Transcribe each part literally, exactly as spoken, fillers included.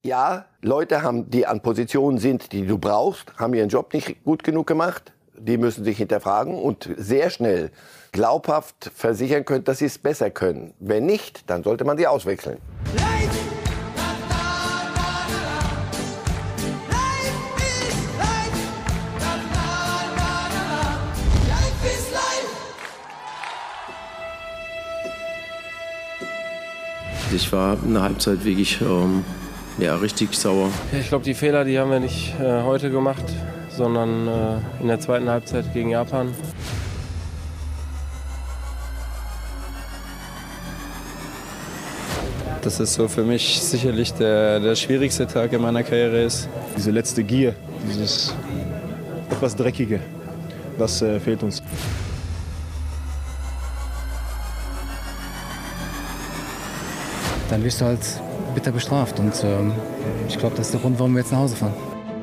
Ja, Leute haben, die an Positionen sind, die du brauchst, haben ihren Job nicht gut genug gemacht. Die müssen sich hinterfragen und sehr schnell glaubhaft versichern können, dass sie es besser können. Wenn nicht, dann sollte man sie auswechseln. Ich war in der Halbzeit wirklich ähm, ja, richtig sauer. Ich glaube, die Fehler, die haben wir nicht äh, heute gemacht, sondern äh, in der zweiten Halbzeit gegen Japan. Das ist so für mich sicherlich der, der schwierigste Tag in meiner Karriere ist. Diese letzte Gier, dieses etwas Dreckige, das äh, fehlt uns. Dann wirst du halt bitter bestraft und ähm, ich glaube, das ist der Grund, warum wir jetzt nach Hause fahren.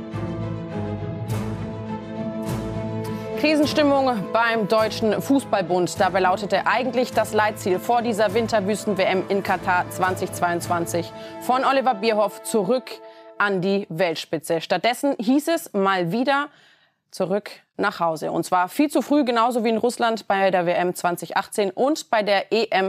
Krisenstimmung beim Deutschen Fußballbund. Dabei lautete eigentlich das Leitziel vor dieser Winterwüsten-W M in Katar zweitausendzweiundzwanzig von Oliver Bierhoff zurück an die Weltspitze. Stattdessen hieß es mal wieder zurück nach Hause. Und zwar viel zu früh, genauso wie in Russland bei der W M zweitausendachtzehn und bei der E M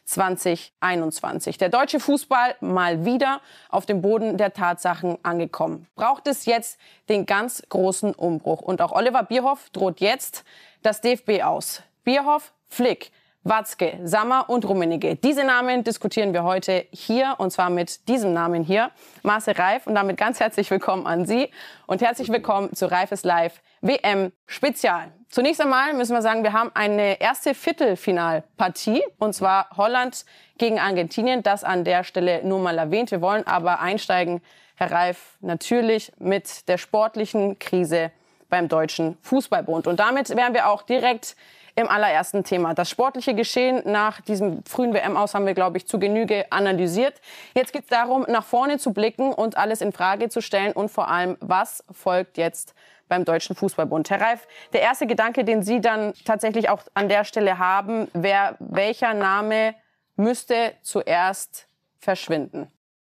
zweitausendeinundzwanzig. Der deutsche Fußball mal wieder auf dem Boden der Tatsachen angekommen. Braucht es jetzt den ganz großen Umbruch. Und auch Oliver Bierhoff droht jetzt das D F B aus. Bierhoff, Flick, Watzke, Sammer und Rummenigge. Diese Namen diskutieren wir heute hier, und zwar mit diesem Namen hier, Marcel Reif. Und damit ganz herzlich willkommen an Sie und herzlich willkommen zu Reif ist live W M Spezial. Zunächst einmal müssen wir sagen, wir haben eine erste Viertelfinalpartie, und zwar Holland gegen Argentinien. Das an der Stelle nur mal erwähnt. Wir wollen aber einsteigen, Herr Reif, natürlich mit der sportlichen Krise beim Deutschen Fußballbund. Und damit wären wir auch direkt im allerersten Thema. Das sportliche Geschehen nach diesem frühen W M-Aus haben wir, glaube ich, zu Genüge analysiert. Jetzt geht es darum, nach vorne zu blicken und alles in Frage zu stellen und vor allem, was folgt jetzt beim Deutschen Fußballbund. Herr Reif, der erste Gedanke, den Sie dann tatsächlich auch an der Stelle haben, wäre, welcher Name müsste zuerst verschwinden?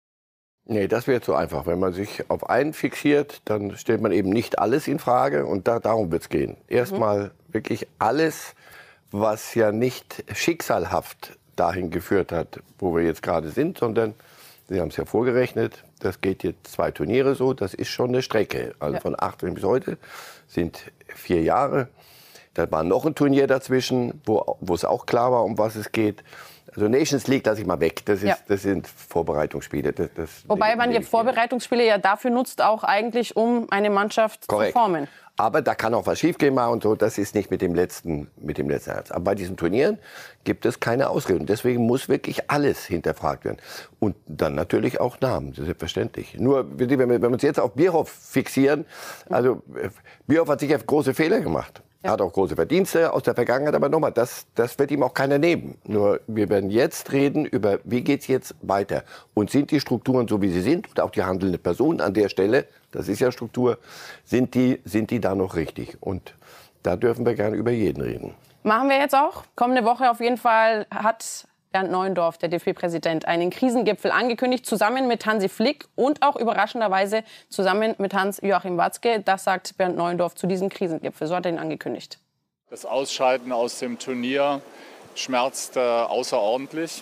Nee, das wäre zu einfach. Wenn man sich auf einen fixiert, dann stellt man eben nicht alles in Frage, und da, darum wird es gehen. Erstmal mhm. wirklich alles, was ja nicht schicksalhaft dahin geführt hat, wo wir jetzt gerade sind, sondern, Sie haben es ja vorgerechnet, das geht jetzt zwei Turniere so, das ist schon eine Strecke. Also ja. Von achtzehn bis heute sind vier Jahre. Da war noch ein Turnier dazwischen, wo, wo es auch klar war, um was es geht. Also Nations League lasse ich mal weg. Das, ist, ja. das sind Vorbereitungsspiele. Das, das Wobei man jetzt Vorbereitungsspiele ja dafür nutzt, auch eigentlich, um eine Mannschaft Korrekt. zu formen. Aber da kann auch was schiefgehen mal und so. Das ist nicht mit dem letzten, mit dem letzten Herz. Aber bei diesen Turnieren gibt es keine Ausreden. Deswegen muss wirklich alles hinterfragt werden. Und dann natürlich auch Namen, das ist selbstverständlich. Nur, wenn wir uns jetzt auf Bierhoff fixieren, also Bierhoff hat sicher große Fehler gemacht. Er hat auch große Verdienste aus der Vergangenheit, aber nochmal, das, das wird ihm auch keiner nehmen. Nur wir werden jetzt reden über, wie geht's jetzt weiter? Und sind die Strukturen so, wie sie sind, und auch die handelnde Person an der Stelle, das ist ja Struktur, sind die, sind die da noch richtig? Und da dürfen wir gerne über jeden reden. Machen wir jetzt auch. Kommende Woche auf jeden Fall hat Bernd Neuendorf, der D F B-Präsident, einen Krisengipfel angekündigt, zusammen mit Hansi Flick und auch überraschenderweise zusammen mit Hans-Joachim Watzke. Das sagt Bernd Neuendorf zu diesem Krisengipfel. So hat er ihn angekündigt. Das Ausscheiden aus dem Turnier schmerzt äh, außerordentlich.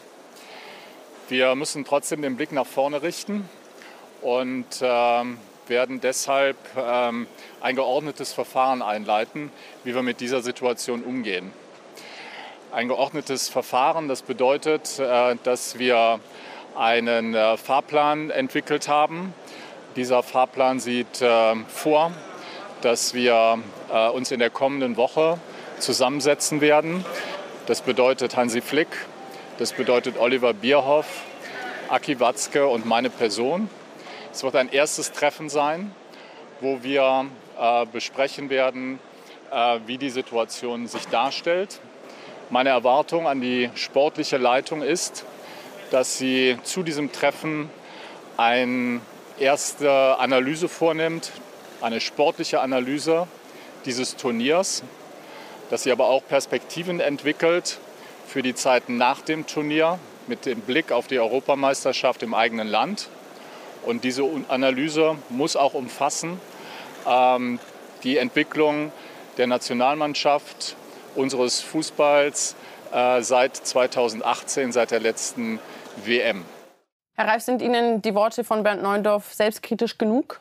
Wir müssen trotzdem den Blick nach vorne richten und äh, werden deshalb äh, ein geordnetes Verfahren einleiten, wie wir mit dieser Situation umgehen. Ein geordnetes Verfahren, das bedeutet, dass wir einen Fahrplan entwickelt haben. Dieser Fahrplan sieht vor, dass wir uns in der kommenden Woche zusammensetzen werden. Das bedeutet Hansi Flick, das bedeutet Oliver Bierhoff, Aki Watzke und meine Person. Es wird ein erstes Treffen sein, wo wir besprechen werden, wie die Situation sich darstellt. Meine Erwartung an die sportliche Leitung ist, dass sie zu diesem Treffen eine erste Analyse vornimmt, eine sportliche Analyse dieses Turniers, dass sie aber auch Perspektiven entwickelt für die Zeit nach dem Turnier mit dem Blick auf die Europameisterschaft im eigenen Land Und diese Analyse muss auch umfassen ähm, die Entwicklung der Nationalmannschaft, unseres Fußballs äh, seit zweitausendachtzehn, seit der letzten W M. Herr Reif, sind Ihnen die Worte von Bernd Neuendorf selbstkritisch genug?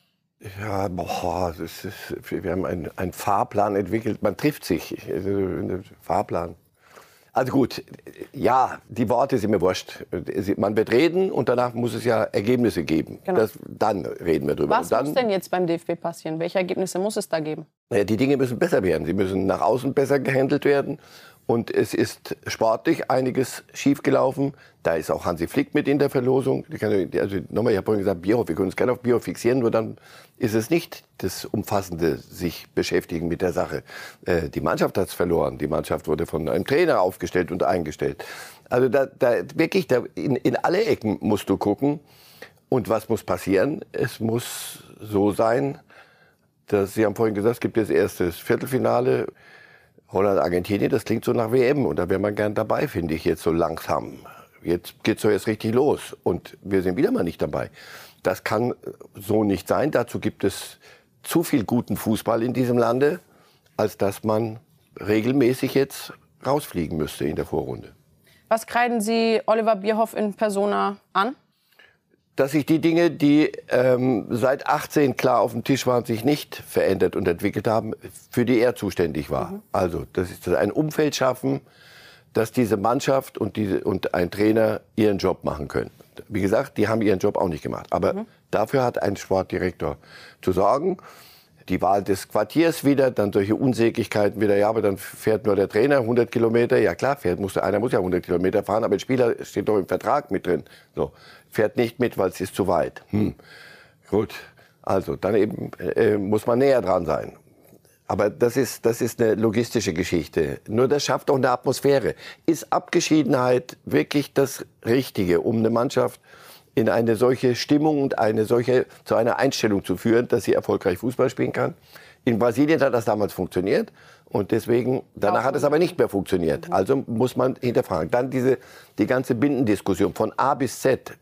Ja, boah, das ist, wir haben einen, einen Fahrplan entwickelt. Man trifft sich. Also, einen Fahrplan. Also gut, ja, die Worte sind mir wurscht. Man wird reden und danach muss es ja Ergebnisse geben. Genau. Das, dann reden wir drüber. Was dann, muss denn jetzt beim D F B passieren? Welche Ergebnisse muss es da geben? Ja, die Dinge müssen besser werden. Sie müssen nach außen besser gehandelt werden. Und es ist sportlich einiges schiefgelaufen. Da ist auch Hansi Flick mit in der Verlosung. Also nochmal, ich habe vorhin gesagt, Bierhoff, wir können uns gerne auf Bierhoff fixieren, nur dann ist es nicht das umfassende sich beschäftigen mit der Sache. Äh, die Mannschaft hat es verloren. Die Mannschaft wurde von einem Trainer aufgestellt und eingestellt. Also da, da wirklich, da in, in alle Ecken musst du gucken. Und was muss passieren? Es muss so sein, dass, Sie haben vorhin gesagt, es gibt jetzt erst das Viertelfinale. Holland, Argentinien, das klingt so nach W M. Und da wäre man gern dabei, finde ich, jetzt so langsam. Jetzt geht's so jetzt richtig los. Und wir sind wieder mal nicht dabei. Das kann so nicht sein. Dazu gibt es zu viel guten Fußball in diesem Lande, als dass man regelmäßig jetzt rausfliegen müsste in der Vorrunde. Was kreiden Sie Oliver Bierhoff in Persona an? Dass sich die Dinge, die ähm, seit achtzehn klar auf dem Tisch waren, sich nicht verändert und entwickelt haben, für die er zuständig war. Mhm. Also, das ist ein Umfeld schaffen, dass diese Mannschaft und, diese, und ein Trainer ihren Job machen können. Wie gesagt, die haben ihren Job auch nicht gemacht. Aber mhm. dafür hat ein Sportdirektor zu sorgen. Die Wahl des Quartiers wieder, dann solche Unsäglichkeiten wieder. Ja, aber dann fährt nur der Trainer hundert Kilometer. Ja klar, fährt, muss, einer muss ja hundert Kilometer fahren, aber ein Spieler steht doch im Vertrag mit drin. So, fährt nicht mit, weil es ist zu weit. Hm. Gut, also dann eben äh, muss man näher dran sein. Aber das ist, das ist eine logistische Geschichte. Nur das schafft auch eine Atmosphäre. Ist Abgeschiedenheit wirklich das Richtige, um eine Mannschaft in eine solche Stimmung und eine solche, zu einer Einstellung zu führen, dass sie erfolgreich Fußball spielen kann? In Brasilien hat das damals funktioniert und deswegen, danach hat es aber nicht mehr funktioniert. Also muss man hinterfragen. Dann diese, die ganze Bindendiskussion von A bis Z,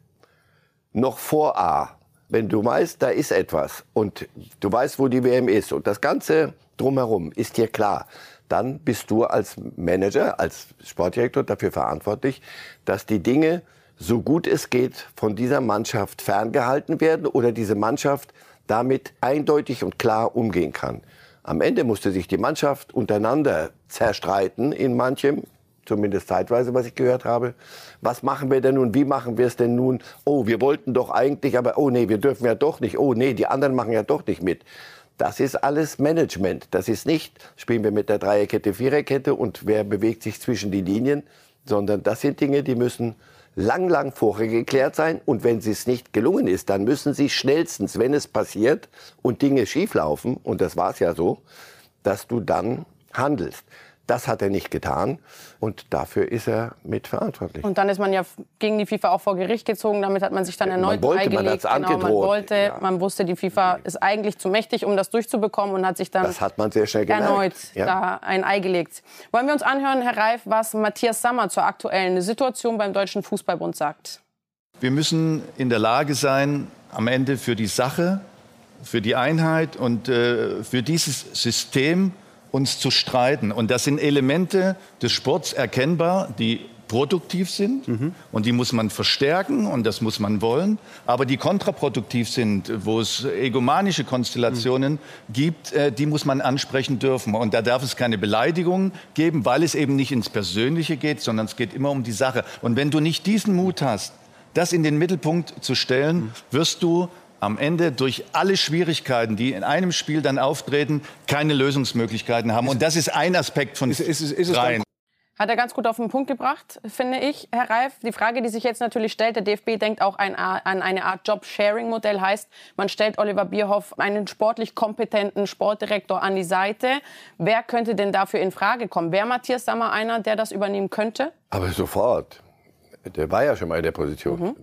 noch vor A. Wenn du weißt, da ist etwas und du weißt, wo die W M ist und das Ganze drumherum ist dir klar, dann bist du als Manager, als Sportdirektor dafür verantwortlich, dass die Dinge so gut es geht von dieser Mannschaft ferngehalten werden oder diese Mannschaft damit eindeutig und klar umgehen kann. Am Ende musste sich die Mannschaft untereinander zerstreiten in manchem, zumindest zeitweise, was ich gehört habe. Was machen wir denn nun? Wie machen wir es denn nun? Oh, wir wollten doch eigentlich, aber oh nee, wir dürfen ja doch nicht. Oh nee, die anderen machen ja doch nicht mit. Das ist alles Management. Das ist nicht, spielen wir mit der Dreierkette, Viererkette und wer bewegt sich zwischen die Linien, sondern das sind Dinge, die müssen lang, lang vorher geklärt sein. Und wenn es nicht gelungen ist, dann müssen sie schnellstens, wenn es passiert und Dinge schieflaufen, und das war es ja so, dass du dann handelst. Das hat er nicht getan und dafür ist er mitverantwortlich. Und dann ist man ja gegen die FIFA auch vor Gericht gezogen. Damit hat man sich dann erneut man wollte, beigelegt. Man hat's genau, angedroht. man wollte, ja. man wusste, die FIFA ist eigentlich zu mächtig, um das durchzubekommen und hat sich dann das hat man sehr schnell gemerkt. erneut ja. da ein Ei gelegt. Wollen wir uns anhören, Herr Reif, was Matthias Sammer zur aktuellen Situation beim Deutschen Fußballbund sagt? Wir müssen in der Lage sein, am Ende für die Sache, für die Einheit und äh, für dieses System uns zu streiten. Und das sind Elemente des Sports erkennbar, die produktiv sind. Mhm. Und die muss man verstärken und das muss man wollen. Aber die kontraproduktiv sind, wo es egomanische Konstellationen mhm. gibt, äh, die muss man ansprechen dürfen. Und da darf es keine Beleidigungen geben, weil es eben nicht ins Persönliche geht, sondern es geht immer um die Sache. Und wenn du nicht diesen Mut hast, das in den Mittelpunkt zu stellen, mhm. wirst du am Ende durch alle Schwierigkeiten, die in einem Spiel dann auftreten, keine Lösungsmöglichkeiten haben. Und das ist ein Aspekt von ist, ist, ist, ist dreien. Hat er ganz gut auf den Punkt gebracht, finde ich, Herr Reif. Die Frage, die sich jetzt natürlich stellt, der D F B denkt auch ein, an eine Art Job-Sharing-Modell. Heißt, man stellt Oliver Bierhoff einen sportlich kompetenten Sportdirektor an die Seite. Wer könnte denn dafür in Frage kommen? Wäre Matthias Sammer einer, der das übernehmen könnte? Aber sofort. Der war ja schon mal in der Position. Mhm.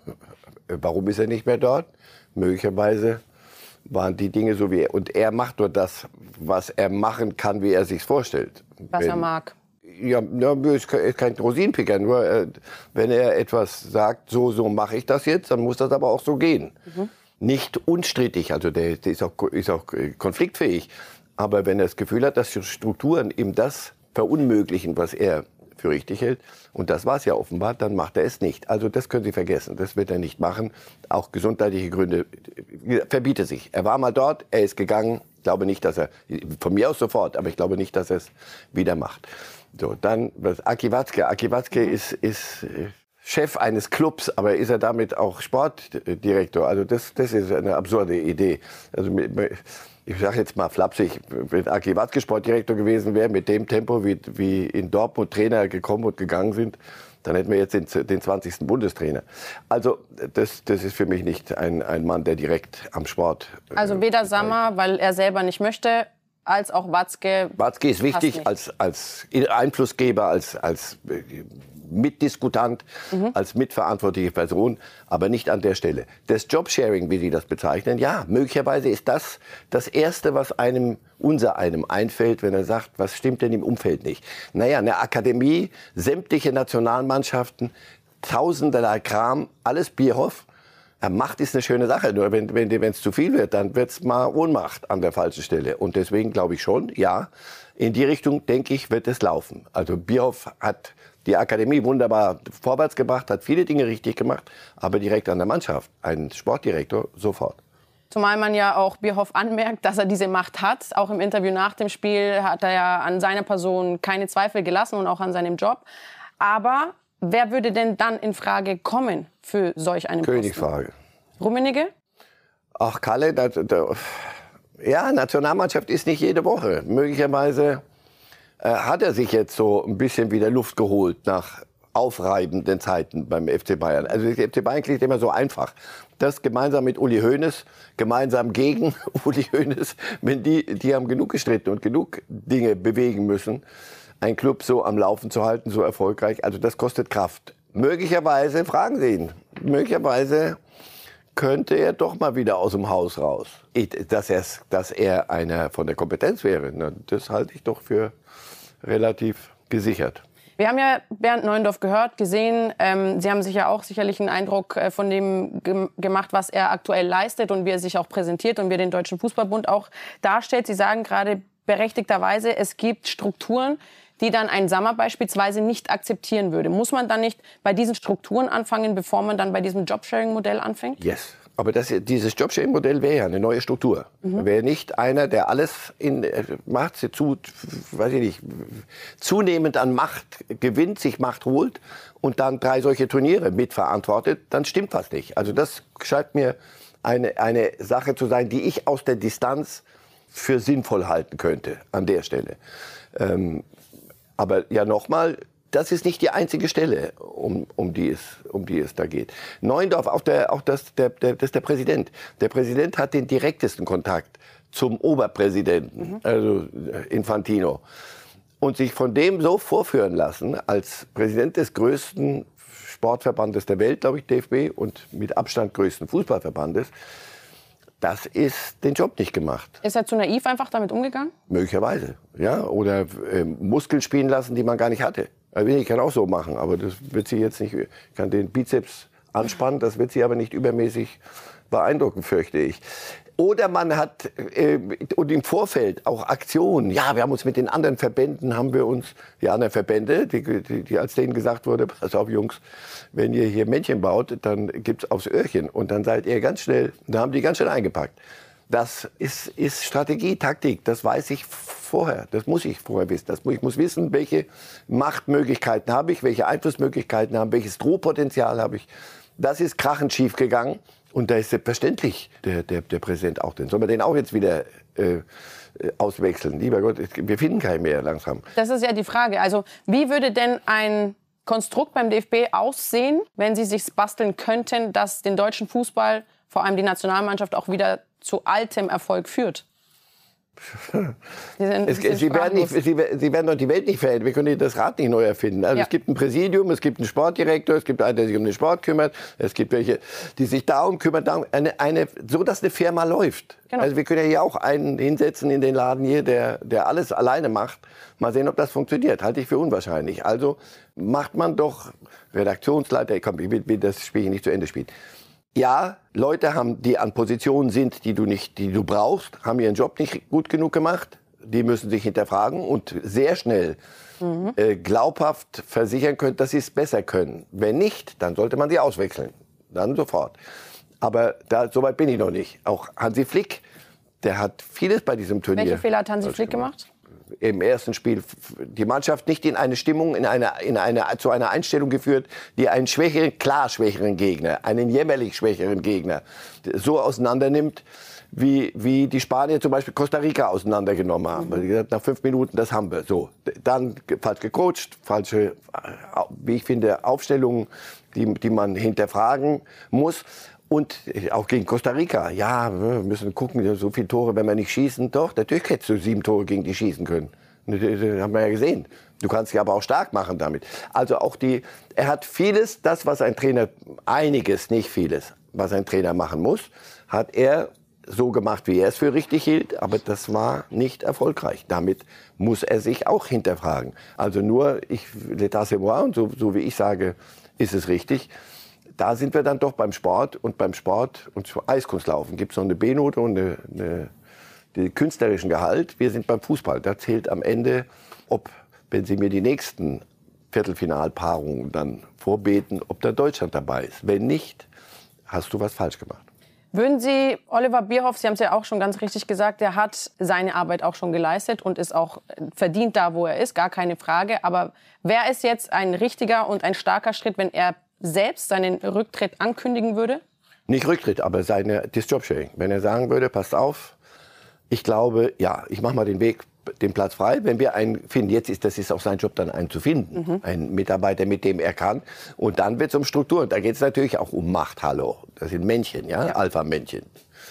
Warum ist er nicht mehr dort? Möglicherweise waren die Dinge so wie er. Und er macht nur das, was er machen kann, wie er sich vorstellt. Was Wenn, er mag. Ja, ja, ist kein Rosinenpicker. Nur äh, wenn er etwas sagt, so, so mache ich das jetzt, dann muss das aber auch so gehen. Mhm. Nicht unstrittig, also der, der ist, auch, ist auch konfliktfähig. Aber wenn er das Gefühl hat, dass die Strukturen ihm das verunmöglichen, was er für richtig hält, und das war es ja offenbar, dann macht er es nicht. Also das können Sie vergessen, das wird er nicht machen. Auch gesundheitliche Gründe verbiete sich. Er war mal dort, er ist gegangen. Ich glaube nicht, dass er, von mir aus sofort, aber ich glaube nicht, dass er es wieder macht. So, dann Aki Watzke. Aki Watzke mhm. ist, ist Chef eines Clubs, aber ist er damit auch Sportdirektor? Also das, das ist eine absurde Idee. Also ich sage jetzt mal flapsig, wenn Aki Watzke Sportdirektor gewesen wäre, mit dem Tempo, wie, wie in Dortmund Trainer gekommen und gegangen sind, dann hätten wir jetzt den, den zwanzigsten Bundestrainer. Also das, das ist für mich nicht ein, ein Mann, der direkt am Sport... Also weder Sammer, weil er selber nicht möchte, als auch Watzke... Watzke ist wichtig als, als Einflussgeber, als, als Mitdiskutant, mhm. als mitverantwortliche Person, aber nicht an der Stelle. Das Jobsharing, wie Sie das bezeichnen, ja, möglicherweise ist das das Erste, was einem, unser einem einfällt, wenn er sagt, was stimmt denn im Umfeld nicht? Naja, eine Akademie, sämtliche Nationalmannschaften, tausenderlei Kram, alles Bierhoff. Macht ist eine schöne Sache, nur wenn wenn wenn es zu viel wird, dann wird's mal Ohnmacht an der falschen Stelle. Und deswegen glaube ich schon, ja, in die Richtung, denke ich, wird es laufen. Also Bierhoff hat die Akademie wunderbar vorwärts gebracht, hat viele Dinge richtig gemacht, aber direkt an der Mannschaft, ein Sportdirektor, sofort. Zumal man ja auch Bierhoff anmerkt, dass er diese Macht hat. Auch im Interview nach dem Spiel hat er ja an seiner Person keine Zweifel gelassen und auch an seinem Job. Aber wer würde denn dann in Frage kommen für solch einen Posten? Königsfrage. Rummenigge? Ach, Kalle, da, da, ja, Nationalmannschaft ist nicht jede Woche. Möglicherweise äh, hat er sich jetzt so ein bisschen wieder Luft geholt nach aufreibenden Zeiten beim F C Bayern. Also der F C Bayern klingt immer so einfach. Das gemeinsam mit Uli Hoeneß, gemeinsam gegen Uli Hoeneß, wenn die, die haben genug gestritten und genug Dinge bewegen müssen, einen Club so am Laufen zu halten, so erfolgreich. Also das kostet Kraft. Möglicherweise, fragen Sie ihn, möglicherweise könnte er doch mal wieder aus dem Haus raus. Ich, dass, dass er einer von der Kompetenz wäre, na, das halte ich doch für relativ gesichert. Wir haben ja Bernd Neuendorf gehört, gesehen. Ähm, Sie haben sich ja auch sicherlich einen Eindruck äh, von dem ge- gemacht, was er aktuell leistet und wie er sich auch präsentiert und wie er den Deutschen Fußballbund auch darstellt. Sie sagen gerade berechtigterweise, es gibt Strukturen, die dann ein Sammer beispielsweise nicht akzeptieren würde. Muss man dann nicht bei diesen Strukturen anfangen, bevor man dann bei diesem Jobsharing-Modell anfängt? Yes. Aber das, dieses Jobsharing-Modell wäre ja eine neue Struktur. Mhm. Wäre nicht einer, der alles in Macht, zu, weiß ich nicht, zunehmend an Macht gewinnt, sich Macht holt und dann drei solche Turniere mitverantwortet, dann stimmt was nicht. Also das scheint mir eine, eine Sache zu sein, die ich aus der Distanz für sinnvoll halten könnte an der Stelle. Ähm, aber ja, nochmal, das ist nicht die einzige Stelle, um, um, die, es, um die es da geht. Neuendorf, auch, der, auch das, der, der, das ist der Präsident. Der Präsident hat den direktesten Kontakt zum Oberpräsidenten, mhm. also Infantino. Und sich von dem so vorführen lassen, als Präsident des größten Sportverbandes der Welt, glaube ich, D F B, und mit Abstand größten Fußballverbandes, das ist den Job nicht gemacht. Ist er zu naiv einfach damit umgegangen? Möglicherweise, ja. Oder äh, Muskeln spielen lassen, die man gar nicht hatte. Also ich kann auch so machen, aber das wird sie jetzt nicht. Ich kann den Bizeps anspannen, das wird sie aber nicht übermäßig beeindrucken, fürchte ich. Oder man hat äh, und im Vorfeld auch Aktionen. Ja, wir haben uns mit den anderen Verbänden, haben wir uns, die anderen Verbände, die, die, die als denen gesagt wurde, pass auf Jungs, wenn ihr hier Männchen baut, dann gibt's aufs Öhrchen. Und dann seid ihr ganz schnell, da haben die ganz schnell eingepackt. Das ist, ist Strategie, Taktik, das weiß ich vorher, das muss ich vorher wissen. Das, ich muss wissen, welche Machtmöglichkeiten habe ich, welche Einflussmöglichkeiten habe ich, welches Drohpotenzial habe ich. Das ist krachend schief gegangen und da ist selbstverständlich der, der, der Präsident auch drin. Sollen wir den auch jetzt wieder äh, auswechseln? Lieber Gott, wir finden keinen mehr langsam. Das ist ja die Frage. Also wie würde denn ein Konstrukt beim D F B aussehen, wenn Sie sich basteln könnten, das den deutschen Fußball, vor allem die Nationalmannschaft, auch wieder zu altem Erfolg führt? Sie, sind, es, sind sie, werden nicht, sie, sie werden doch die Welt nicht verändern. Wir können das Rad nicht neu erfinden. Also ja. Es gibt ein Präsidium, es gibt einen Sportdirektor, es gibt einen, der sich um den Sport kümmert, es gibt welche, die sich darum kümmern, darum, eine, eine, so dass eine Firma läuft. Genau. Also wir können ja hier auch einen hinsetzen in den Laden hier, der, der alles alleine macht. Mal sehen, ob das funktioniert. Halte ich für unwahrscheinlich. Also macht man doch Redaktionsleiter, komm, ich will, will das Spiel hier nicht zu Ende spielen. Ja, Leute haben, die an Positionen sind, die du nicht, die du brauchst, haben ihren Job nicht gut genug gemacht. Die müssen sich hinterfragen und sehr schnell mhm. äh, glaubhaft versichern können, dass sie es besser können. Wenn nicht, dann sollte man sie auswechseln. Dann sofort. Aber da, so weit bin ich noch nicht. Auch Hansi Flick, der hat vieles bei diesem Turnier. Welche Fehler hat Hansi Flick gemacht? Im ersten Spiel die Mannschaft nicht in eine Stimmung, in eine, in eine, zu einer Einstellung geführt, die einen schwächeren, klar schwächeren Gegner, einen jämmerlich schwächeren Gegner so auseinandernimmt, wie, wie die Spanier zum Beispiel Costa Rica auseinandergenommen haben. Mhm. Weil die gesagt, nach fünf Minuten, das haben wir. So. Dann falsch gecoacht, falsche, wie ich finde, Aufstellungen, die, die man hinterfragen muss. Und auch gegen Costa Rica. Ja, wir müssen gucken, so viele Tore, wenn wir nicht schießen. Doch, natürlich hättest du sieben Tore gegen die schießen können. Das haben wir ja gesehen. Du kannst dich aber auch stark machen damit. Also auch die, er hat vieles, das, was ein Trainer, einiges, nicht vieles, was ein Trainer machen muss, hat er so gemacht, wie er es für richtig hielt. Aber das war nicht erfolgreich. Damit muss er sich auch hinterfragen. Also nur, ich, l'état c'est moi, und so, so wie ich sage, ist es richtig. Da sind wir dann doch beim Sport und beim Sport und Eiskunstlaufen gibt es noch eine B-Note und eine, eine, den künstlerischen Gehalt. Wir sind beim Fußball. Da zählt am Ende, ob, wenn Sie mir die nächsten Viertelfinalpaarungen dann vorbeten, ob da Deutschland dabei ist. Wenn nicht, hast du was falsch gemacht. Würden Sie Oliver Bierhoff, Sie haben es ja auch schon ganz richtig gesagt, der hat seine Arbeit auch schon geleistet und ist auch verdient da, wo er ist, gar keine Frage. Aber wäre es jetzt ein richtiger und ein starker Schritt, wenn er selbst seinen Rücktritt ankündigen würde? Nicht Rücktritt, aber seine, das Jobsharing. Wenn er sagen würde, passt auf, ich glaube, ja, ich mache mal den Weg, den Platz frei. Wenn wir einen finden, jetzt ist das ist auch sein Job, dann einen zu finden. Mhm. Einen Mitarbeiter, mit dem er kann. Und dann wird es um Strukturen. Da geht es natürlich auch um Macht. Hallo, das sind Männchen, ja, ja. Alpha-Männchen.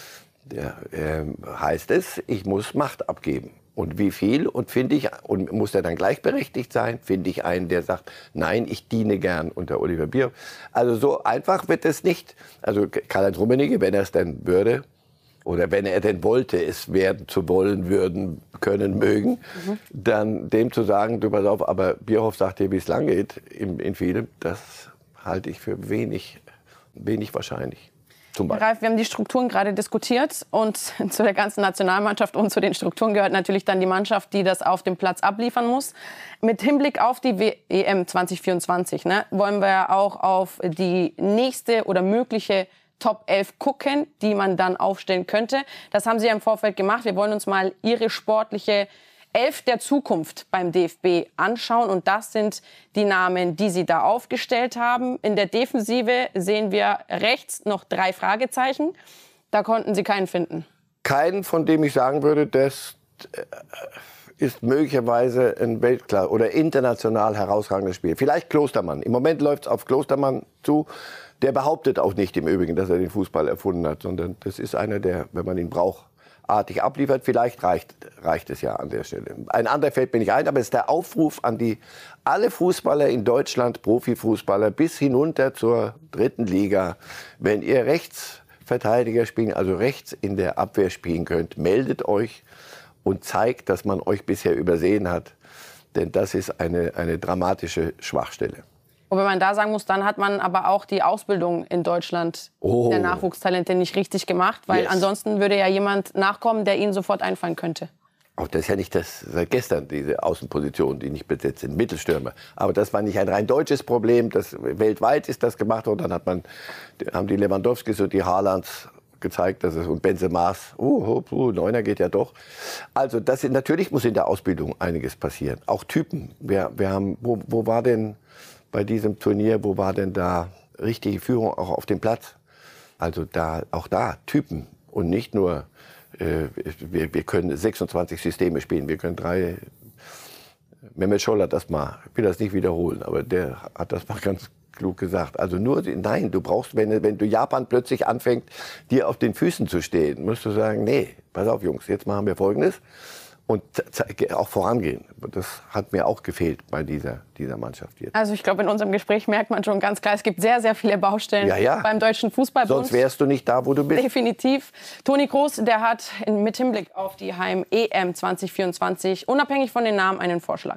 Der, äh, heißt es, ich muss Macht abgeben. Und wie viel? Und finde ich, und muss er dann gleichberechtigt sein? Finde ich einen, der sagt, nein, ich diene gern unter Oliver Bierhoff. Also so einfach wird es nicht. Also Karl-Heinz Rummenigge, wenn er es denn würde, oder wenn er denn wollte, es werden zu wollen, würden, können, mögen, mhm. dann dem zu sagen, du pass auf, aber Bierhoff sagt dir, wie es lang geht, in, in vielem, das halte ich für wenig, wenig wahrscheinlich. Ralf, wir haben die Strukturen gerade diskutiert und zu der ganzen Nationalmannschaft und zu den Strukturen gehört natürlich dann die Mannschaft, die das auf dem Platz abliefern muss. Mit Hinblick auf die W M zwanzig vierundzwanzig ne, wollen wir auch auf die nächste oder mögliche Top elf gucken, die man dann aufstellen könnte. Das haben Sie ja im Vorfeld gemacht. Wir wollen uns mal Ihre sportliche Elf der Zukunft beim D F B anschauen. Und das sind die Namen, die Sie da aufgestellt haben. In der Defensive sehen wir rechts noch drei Fragezeichen. Da konnten Sie keinen finden. Keinen, von dem ich sagen würde, das ist möglicherweise ein Weltklasse- oder international herausragendes Spiel. Vielleicht Klostermann. Im Moment läuft es auf Klostermann zu. Der behauptet auch nicht im Übrigen, dass er den Fußball erfunden hat, sondern das ist einer, der, wenn man ihn braucht, artig abliefert. Vielleicht reicht, reicht es ja an der Stelle. Ein anderer fällt mir nicht ein, aber es ist der Aufruf an die, alle Fußballer in Deutschland, Profifußballer, bis hinunter zur dritten Liga. Wenn ihr Rechtsverteidiger spielen, also rechts in der Abwehr spielen könnt, meldet euch und zeigt, dass man euch bisher übersehen hat. Denn das ist eine, eine dramatische Schwachstelle. Und wenn man da sagen muss, dann hat man aber auch die Ausbildung in Deutschland oh. der Nachwuchstalente nicht richtig gemacht. Weil yes. ansonsten würde ja jemand nachkommen, der Ihnen sofort einfallen könnte. Auch das ist ja nicht das seit gestern, diese Außenpositionen, die nicht besetzt sind, Mittelstürmer. Aber das war nicht ein rein deutsches Problem. Das, weltweit ist das gemacht worden. Dann hat man, haben die Lewandowskis und die Haalands gezeigt, dass es und Benzema's, oh, oh, oh, Neuner geht ja doch. Also das ist, natürlich muss in der Ausbildung einiges passieren. Auch Typen. Wir, wir haben, wo, wo war denn bei diesem Turnier, wo war denn da richtige Führung auch auf dem Platz? Also da, auch da Typen und nicht nur, äh, wir, wir können sechsundzwanzig Systeme spielen, wir können drei, Mehmet Scholl hat das mal, ich will das nicht wiederholen, aber der hat das mal ganz klug gesagt. Also nur, nein, du brauchst, wenn, wenn du Japan plötzlich anfängt, dir auf den Füßen zu stehen, musst du sagen, nee, pass auf Jungs, jetzt machen wir Folgendes und auch vorangehen. Das hat mir auch gefehlt bei dieser, dieser Mannschaft jetzt. Also ich glaube, in unserem Gespräch merkt man schon ganz klar, es gibt sehr, sehr viele Baustellen ja, ja. beim Deutschen Fußballbund. Sonst wärst du nicht da, wo du bist. Definitiv. Toni Kroos, der hat mit Hinblick auf die Heim-E M zwanzig vierundzwanzig unabhängig von den Namen einen Vorschlag.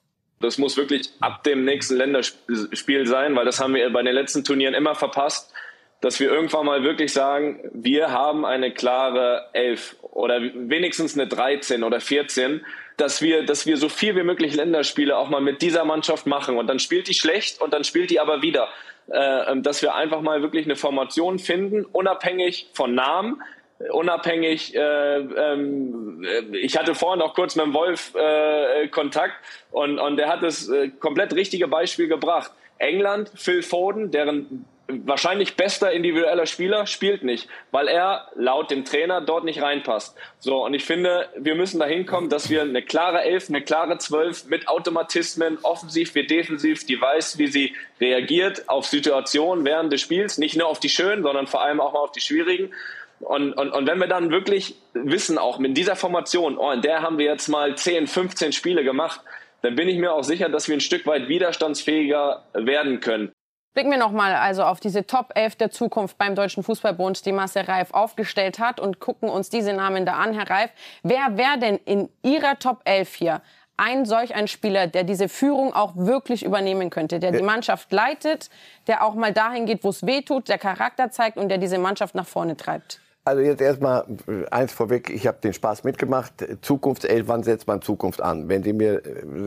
Das muss wirklich ab dem nächsten Länderspiel sein, weil das haben wir bei den letzten Turnieren immer verpasst, dass wir irgendwann mal wirklich sagen, wir haben eine klare Elf oder wenigstens eine dreizehn oder vierzehn, dass wir, dass wir so viel wie möglich Länderspiele auch mal mit dieser Mannschaft machen. Und dann spielt die schlecht und dann spielt die aber wieder. Äh, dass wir einfach mal wirklich eine Formation finden, unabhängig von Namen, unabhängig, äh, ähm, ich hatte vorhin auch kurz mit dem Wolf äh, Kontakt und, und der hat das äh, komplett richtige Beispiel gebracht. England, Phil Foden, deren wahrscheinlich bester individueller Spieler, spielt nicht, weil er laut dem Trainer dort nicht reinpasst. So, und ich finde, wir müssen dahin kommen, dass wir eine klare Elf, eine klare Zwölf mit Automatismen, offensiv wie defensiv, die weiß, wie sie reagiert auf Situationen während des Spiels, nicht nur auf die schönen, sondern vor allem auch mal auf die schwierigen. Und, und, und wenn wir dann wirklich wissen, auch mit dieser Formation, oh, in der haben wir jetzt mal zehn, fünfzehn Spiele gemacht, dann bin ich mir auch sicher, dass wir ein Stück weit widerstandsfähiger werden können. Blicken wir noch mal also auf diese Top elf der Zukunft beim Deutschen Fußballbund, die Marcel Reif aufgestellt hat, und gucken uns diese Namen da an. Herr Reif, wer wäre denn in Ihrer Top elf hier ein solch ein Spieler, der diese Führung auch wirklich übernehmen könnte, der die Mannschaft leitet, der auch mal dahin geht, wo es weh tut, der Charakter zeigt und der diese Mannschaft nach vorne treibt? Also jetzt erstmal eins vorweg, ich habe den Spaß mitgemacht. Zukunftself, wann setzt man Zukunft an? Wenn Sie mir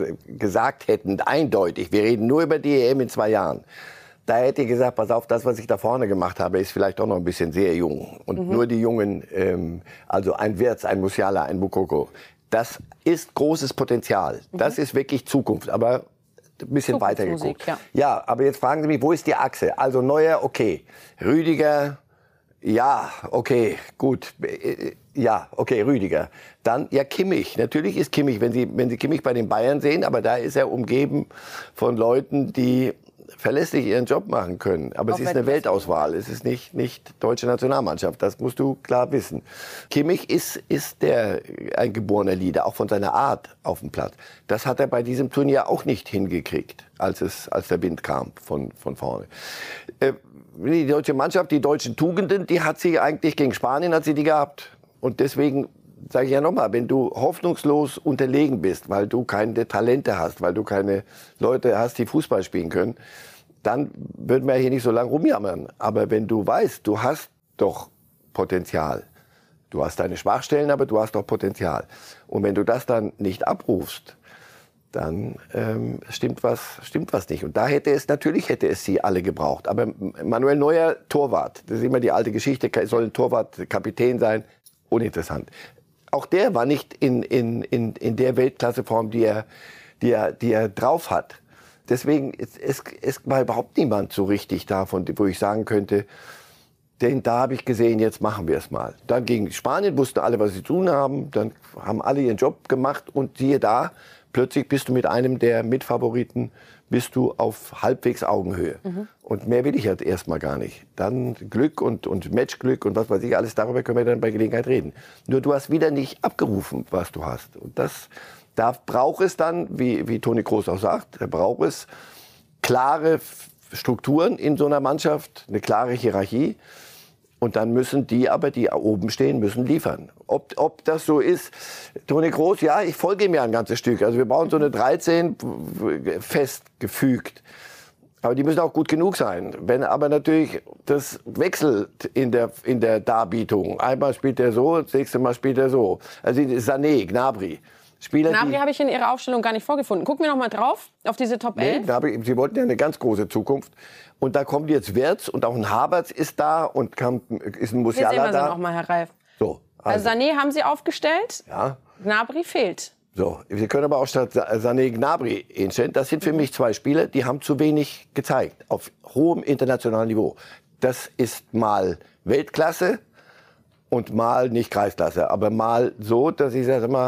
gesagt hätten, eindeutig, wir reden nur über die E M in zwei Jahren, da hätte ich gesagt, pass auf, das, was ich da vorne gemacht habe, ist vielleicht auch noch ein bisschen sehr jung. Und mhm. nur die Jungen, ähm, also ein Wirtz, ein Musiala, ein Mukoko, das ist großes Potenzial. Mhm. Das ist wirklich Zukunft, aber ein bisschen weiter geguckt. Ja. ja, aber jetzt fragen Sie mich, wo ist die Achse? Also Neuer, okay. Rüdiger, ja, okay, gut. Ja, okay, Rüdiger. Dann, ja, Kimmich. Natürlich ist Kimmich, wenn Sie, wenn Sie Kimmich bei den Bayern sehen, aber da ist er umgeben von Leuten, die verlässlich ihren Job machen können. Aber Auf es ist eine Weltauswahl. Es ist nicht, nicht deutsche Nationalmannschaft. Das musst du klar wissen. Kimmich ist, ist der, ein geborener Leader, auch von seiner Art auf dem Platz. Das hat er bei diesem Turnier auch nicht hingekriegt, als, es, als der Wind kam von, von vorne. Äh, die deutsche Mannschaft, die deutschen Tugenden, die hat sie eigentlich gegen Spanien hat sie die gehabt. Und deswegen sage ich ja nochmal, wenn du hoffnungslos unterlegen bist, weil du keine Talente hast, weil du keine Leute hast, die Fußball spielen können, dann würden wir hier nicht so lange rumjammern. Aber wenn du weißt, du hast doch Potenzial, du hast deine Schwachstellen, aber du hast doch Potenzial. Und wenn du das dann nicht abrufst, dann ähm, stimmt was, stimmt was nicht. Und da hätte es, natürlich hätte es sie alle gebraucht. Aber Manuel Neuer, Torwart, das ist immer die alte Geschichte, soll ein Torwart Kapitän sein, uninteressant. Auch der war nicht in, in, in, in der Weltklasseform, die er, die, er, die er drauf hat. Deswegen ist, ist, ist mal überhaupt niemand so richtig davon, wo ich sagen könnte, den da habe ich gesehen, jetzt machen wir es mal. Dann gegen Spanien wussten alle, was sie zu tun haben. Dann haben alle ihren Job gemacht und siehe da, plötzlich bist du mit einem der Mitfavoriten, bist du auf halbwegs Augenhöhe. Mhm. Und mehr will ich halt erstmal gar nicht. Dann Glück und, und Matchglück und was weiß ich, alles darüber können wir dann bei Gelegenheit reden. Nur du hast wieder nicht abgerufen, was du hast. Und das, da braucht es dann, wie, wie Toni Kroos auch sagt, da braucht es klare Strukturen in so einer Mannschaft, eine klare Hierarchie. Und dann müssen die aber, die oben stehen, müssen liefern. Ob, ob das so ist, Toni Kroos, ja, ich folge ihm ja ein ganzes Stück. Also wir brauchen so eine dreizehn festgefügt. Aber die müssen auch gut genug sein. Wenn aber natürlich das wechselt in der, in der Darbietung. Einmal spielt er so, das nächste Mal spielt er so. Also Sané, Gnabry. Spieler, Gnabry habe ich in Ihrer Aufstellung gar nicht vorgefunden. Gucken wir noch mal drauf, auf diese Top elf. Nee, Gnabry, Sie wollten ja eine ganz große Zukunft. Und da kommt jetzt Wirtz und auch ein Havertz ist da und kam, ist ein Musiala da. Hier sehen wir sie noch mal, Herr Reif. So, also. also Sané haben Sie aufgestellt, ja. Gnabry fehlt. So, Sie können aber auch statt Sané Gnabry hinstellen. Das sind für mich zwei Spieler, die haben zu wenig gezeigt, auf hohem internationalen Niveau. Das ist mal Weltklasse und mal nicht Kreisklasse, aber mal so, dass ich sage mal,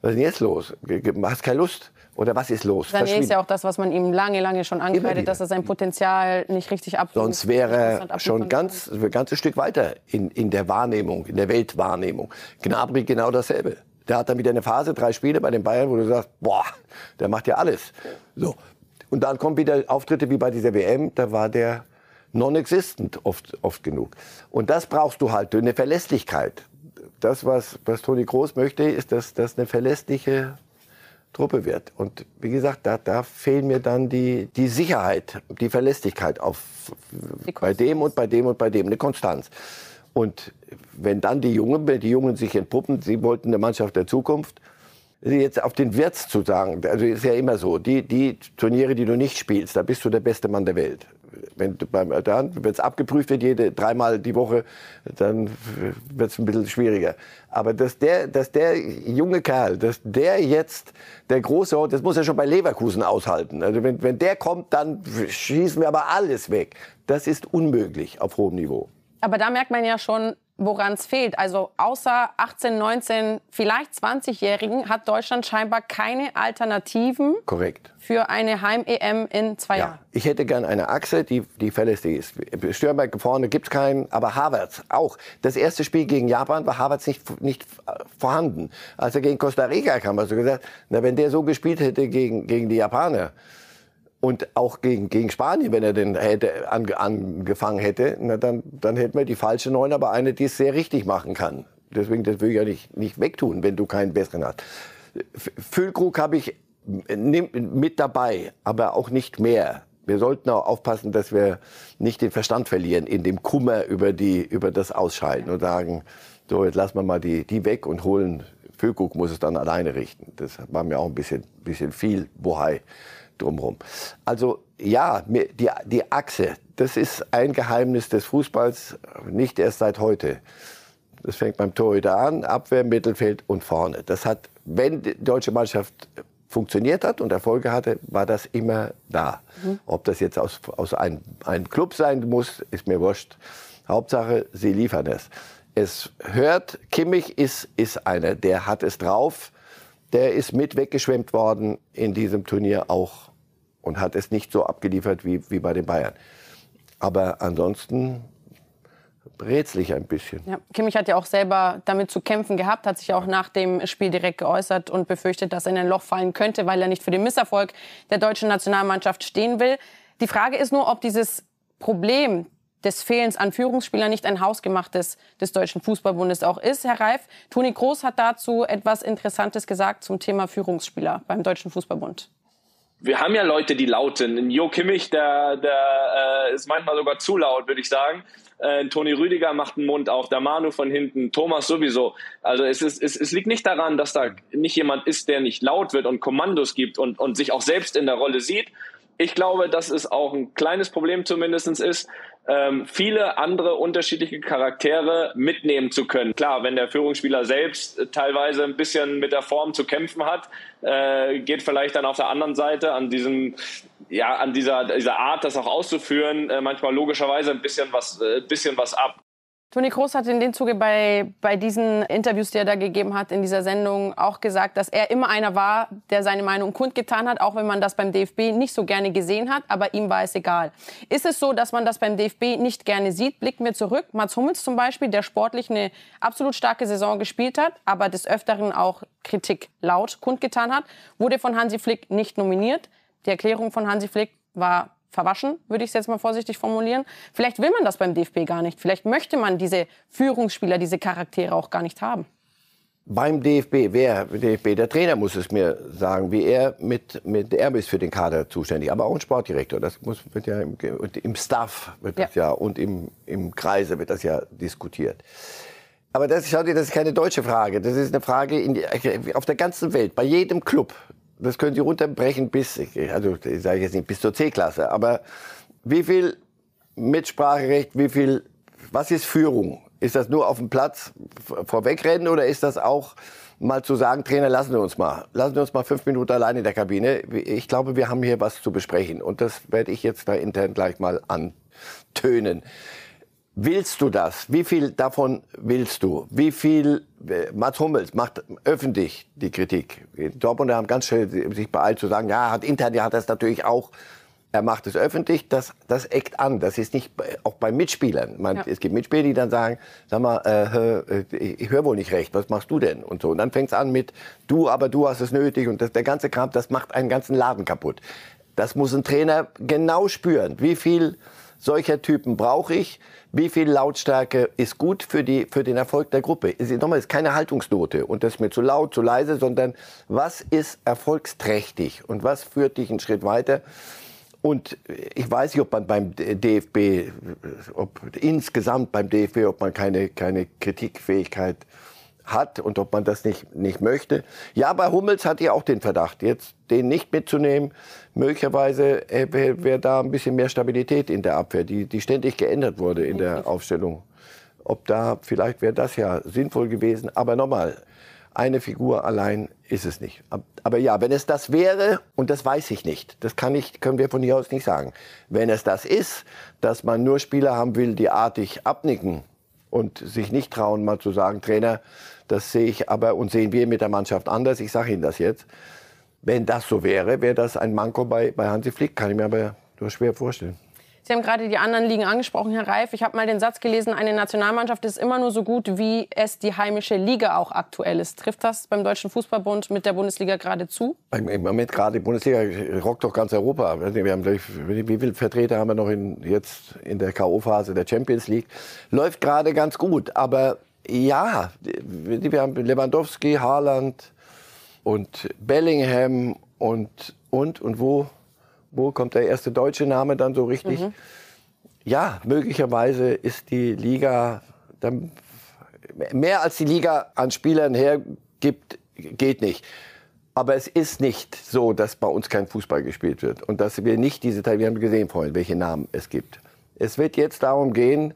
Was ist denn jetzt los? Hast keine Lust? Oder was ist los? Sané ist ja auch das, was man ihm lange, lange schon ankreidet, dass er sein Potenzial nicht richtig abruft. Sonst wäre er schon ganz, ein ganzes Stück weiter in, in der Wahrnehmung, in der Weltwahrnehmung. Gnabry genau dasselbe. Der hat dann wieder eine Phase, drei Spiele bei den Bayern, wo du sagst, boah, der macht ja alles. So. Und dann kommen wieder Auftritte wie bei dieser W M, da war der non-existent oft, oft genug. Und das brauchst du halt, eine Verlässlichkeit. Das, was, was Toni Kroos möchte, ist, dass das eine verlässliche Truppe wird. Und wie gesagt, da, da fehlt mir dann die, die Sicherheit, die Verlässlichkeit auf, bei dem und bei dem und bei dem, eine Konstanz. Und wenn dann die Jungen, die Jungen sich entpuppen, sie wollten eine Mannschaft der Zukunft, jetzt auf den Wirtz zu sagen, also ist ja immer so, die, die Turniere, die du nicht spielst, da bist du der beste Mann der Welt. Wenn es abgeprüft wird, jede, dreimal die Woche, dann wird es ein bisschen schwieriger. Aber dass der, dass der junge Kerl, dass der jetzt der große, das muss er schon bei Leverkusen aushalten. Also wenn, wenn der kommt, dann schießen wir aber alles weg. Das ist unmöglich auf hohem Niveau. Aber da merkt man ja schon, woran es fehlt. Also außer achtzehn, neunzehn, vielleicht zwanzigjährigen hat Deutschland scheinbar keine Alternativen. Korrekt. Für eine Heim-E M in zwei ja. Jahren. Ich hätte gern eine Achse, die, die verlässlich ist. Stürmer vorne gibt's keinen, aber Havertz auch. Das erste Spiel gegen Japan war Havertz nicht, nicht vorhanden. Als er gegen Costa Rica kam, hast du gesagt, na, wenn der so gespielt hätte gegen, gegen die Japaner, und auch gegen, gegen Spanien, wenn er den hätte ange, angefangen hätte, na dann, dann hätten wir die falsche Neun, aber eine, die es sehr richtig machen kann. Deswegen, das will ich ja nicht, nicht wegtun, wenn du keinen besseren hast. Füllkrug habe ich mit dabei, aber auch nicht mehr. Wir sollten auch aufpassen, dass wir nicht den Verstand verlieren in dem Kummer über, die, über das Ausscheiden und sagen, so, jetzt lassen wir mal die, die weg und holen, Füllkrug muss es dann alleine richten. Das war mir auch ein bisschen, bisschen viel Bohai drumherum. Also ja, die, die Achse, das ist ein Geheimnis des Fußballs, nicht erst seit heute. Das fängt beim Torhüter an, Abwehr, Mittelfeld und vorne. Das hat, wenn die deutsche Mannschaft funktioniert hat und Erfolge hatte, war das immer da. Mhm. Ob das jetzt aus, aus einem, einem Club sein muss, ist mir wurscht. Hauptsache, sie liefern es. Es hört, Kimmich ist, ist einer, der hat es drauf. Der ist mit weggeschwemmt worden in diesem Turnier auch und hat es nicht so abgeliefert wie, wie bei den Bayern. Aber ansonsten rätselig ein bisschen. Ja, Kimmich hat ja auch selber damit zu kämpfen gehabt, hat sich auch nach dem Spiel direkt geäußert und befürchtet, dass er in ein Loch fallen könnte, weil er nicht für den Misserfolg der deutschen Nationalmannschaft stehen will. Die Frage ist nur, ob dieses Problem des Fehlens an Führungsspielern nicht ein hausgemachtes des Deutschen Fußballbundes auch ist. Herr Reif, Toni Kroos hat dazu etwas Interessantes gesagt zum Thema Führungsspieler beim Deutschen Fußballbund. Wir haben ja Leute, die laut sind. Ein Jo Kimmich, der, der äh, ist manchmal sogar zu laut, würde ich sagen. Äh, Toni Rüdiger macht den Mund auf, der Manu von hinten, Thomas sowieso. Also es, ist, es, es liegt nicht daran, dass da nicht jemand ist, der nicht laut wird und Kommandos gibt und, und sich auch selbst in der Rolle sieht. Ich glaube, dass es auch ein kleines Problem zumindest ist, ähm, viele andere unterschiedliche Charaktere mitnehmen zu können. Klar, wenn der Führungsspieler selbst äh, teilweise ein bisschen mit der Form zu kämpfen hat, äh, geht vielleicht dann auf der anderen Seite an diesem, ja, an dieser, dieser Art, das auch auszuführen, äh, manchmal logischerweise ein bisschen was, äh, bisschen was ab. Toni Kroos hat in dem Zuge bei, bei diesen Interviews, die er da gegeben hat, in dieser Sendung auch gesagt, dass er immer einer war, der seine Meinung kundgetan hat, auch wenn man das beim D F B nicht so gerne gesehen hat, aber ihm war es egal. Ist es so, dass man das beim D F B nicht gerne sieht? Blicken wir zurück. Mats Hummels zum Beispiel, der sportlich eine absolut starke Saison gespielt hat, aber des Öfteren auch Kritik laut kundgetan hat, wurde von Hansi Flick nicht nominiert. Die Erklärung von Hansi Flick war verwaschen, würde ich es jetzt mal vorsichtig formulieren. Vielleicht will man das beim D F B gar nicht. Vielleicht möchte man diese Führungsspieler, diese Charaktere auch gar nicht haben. Beim D F B, wer? D F B, der Trainer muss es mir sagen, wie er mit, mit er ist für den Kader zuständig, aber auch ein Sportdirektor. Das muss wird ja im, im Staff wird das ja, ja und im, im Kreise wird das ja diskutiert. Aber das, schau dir, das ist keine deutsche Frage. Das ist eine Frage in die, auf der ganzen Welt, bei jedem Club. Das können Sie runterbrechen bis, also ich sage jetzt nicht bis zur C-Klasse, aber wie viel Mitspracherecht, wie viel, was ist Führung? Ist das nur auf dem Platz vorwegrennen oder ist das auch mal zu sagen, Trainer, lassen wir uns mal, lassen wir uns mal fünf Minuten allein in der Kabine? Ich glaube, wir haben hier was zu besprechen und das werde ich jetzt da intern gleich mal antönen. willst du das? Wie viel davon willst du? Wie viel, Mats Hummels macht öffentlich die Kritik. Die Dortmunder haben ganz schnell sich beeilt zu sagen, ja, hat intern, ja, hat das natürlich auch. Er macht es öffentlich, das, das eckt an. Das ist nicht, auch bei Mitspielern. Man, ja. Es gibt Mitspieler, die dann sagen, sag mal, äh, ich höre wohl nicht recht, was machst du denn? Und so. Und dann fängt es an mit, du, aber du hast es nötig. Und das, der ganze Kram, das macht einen ganzen Laden kaputt. Das muss ein Trainer genau spüren. Wie viel solcher Typen brauche ich? Wie viel Lautstärke ist gut für, die, für den Erfolg der Gruppe? Es ist, nochmal, es ist keine Haltungsnote und das ist mir zu laut, zu leise, sondern was ist erfolgsträchtig und was führt dich einen Schritt weiter? Und ich weiß nicht, ob man beim D F B, ob insgesamt beim D F B, ob man keine, keine Kritikfähigkeit hat und ob man das nicht, nicht möchte. Ja, bei Hummels hatte ich auch den Verdacht, jetzt den nicht mitzunehmen. Möglicherweise wäre wär da ein bisschen mehr Stabilität in der Abwehr, die, die ständig geändert wurde in der Aufstellung. Ob da, vielleicht wäre das ja sinnvoll gewesen. Aber nochmal, eine Figur allein ist es nicht. Aber ja, wenn es das wäre, und das weiß ich nicht, das kann ich, können wir von hier aus nicht sagen. Wenn es das ist, dass man nur Spieler haben will, die artig abnicken und sich nicht trauen, mal zu sagen, Trainer, das sehe ich aber und sehen wir mit der Mannschaft anders. Ich sage Ihnen das jetzt. Wenn das so wäre, wäre das ein Manko bei, bei Hansi Flick. Kann ich mir aber nur schwer vorstellen. Sie haben gerade die anderen Ligen angesprochen, Herr Reif. Ich habe mal den Satz gelesen, eine Nationalmannschaft ist immer nur so gut, wie es die heimische Liga auch aktuell ist. Trifft das beim Deutschen Fußballbund mit der Bundesliga gerade zu? Im Moment gerade, die Bundesliga rockt doch ganz Europa. Wir haben, wie viele Vertreter haben wir noch in, jetzt in der K O-Phase der Champions League? Läuft gerade ganz gut, aber ja, wir haben Lewandowski, Haaland und Bellingham und, und, und wo? Wo kommt der erste deutsche Name dann so richtig? Mhm. Ja, möglicherweise ist die Liga, dann, mehr als die Liga an Spielern hergibt, geht nicht. Aber es ist nicht so, dass bei uns kein Fußball gespielt wird. Und dass wir nicht diese Teile, wir haben gesehen vorhin, welche Namen es gibt. Es wird jetzt darum gehen,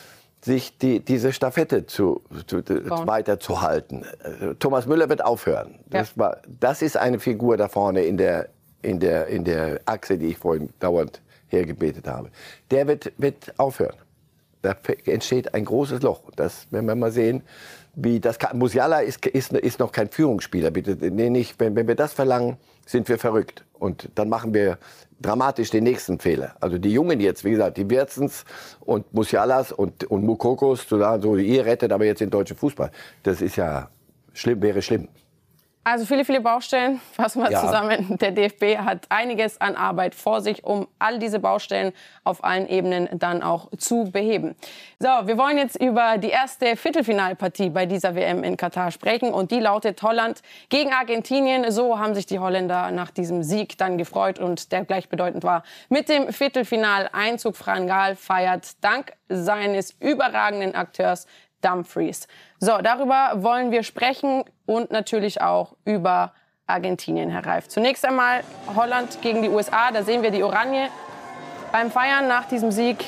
sich die, diese Stafette zu, zu, weiterzuhalten. Thomas Müller wird aufhören. Ja. Das, war, das ist eine Figur da vorne in der In der, in der Achse, die ich vorhin dauernd hergebetet habe. Der wird, wird aufhören. Da entsteht ein großes Loch. Das werden wir mal sehen, wie das kann. Musiala ist, ist, ist noch kein Führungsspieler. Bitte, nee, nicht. Wenn, wenn wir das verlangen, sind wir verrückt. Und dann machen wir dramatisch den nächsten Fehler. Also die Jungen jetzt, wie gesagt, die Wirtzens und Musialas und, und Mukokos, so, so, ihr rettet aber jetzt den deutschen Fußball. Das ist ja schlimm, wäre schlimm. Also viele, viele Baustellen. Fassen wir Ja. zusammen. Der D F B hat einiges an Arbeit vor sich, um all diese Baustellen auf allen Ebenen dann auch zu beheben. So, wir wollen jetzt über die erste Viertelfinalpartie bei dieser W M in Katar sprechen. Und die lautet Holland gegen Argentinien. So haben sich die Holländer nach diesem Sieg dann gefreut und der gleichbedeutend war mit dem Viertelfinaleinzug. Van Gaal feiert dank seines überragenden Akteurs Dumfries. So, darüber wollen wir sprechen und natürlich auch über Argentinien, Herr Reif. Zunächst einmal Holland gegen die U S A. Da sehen wir die Oranje beim Feiern nach diesem Sieg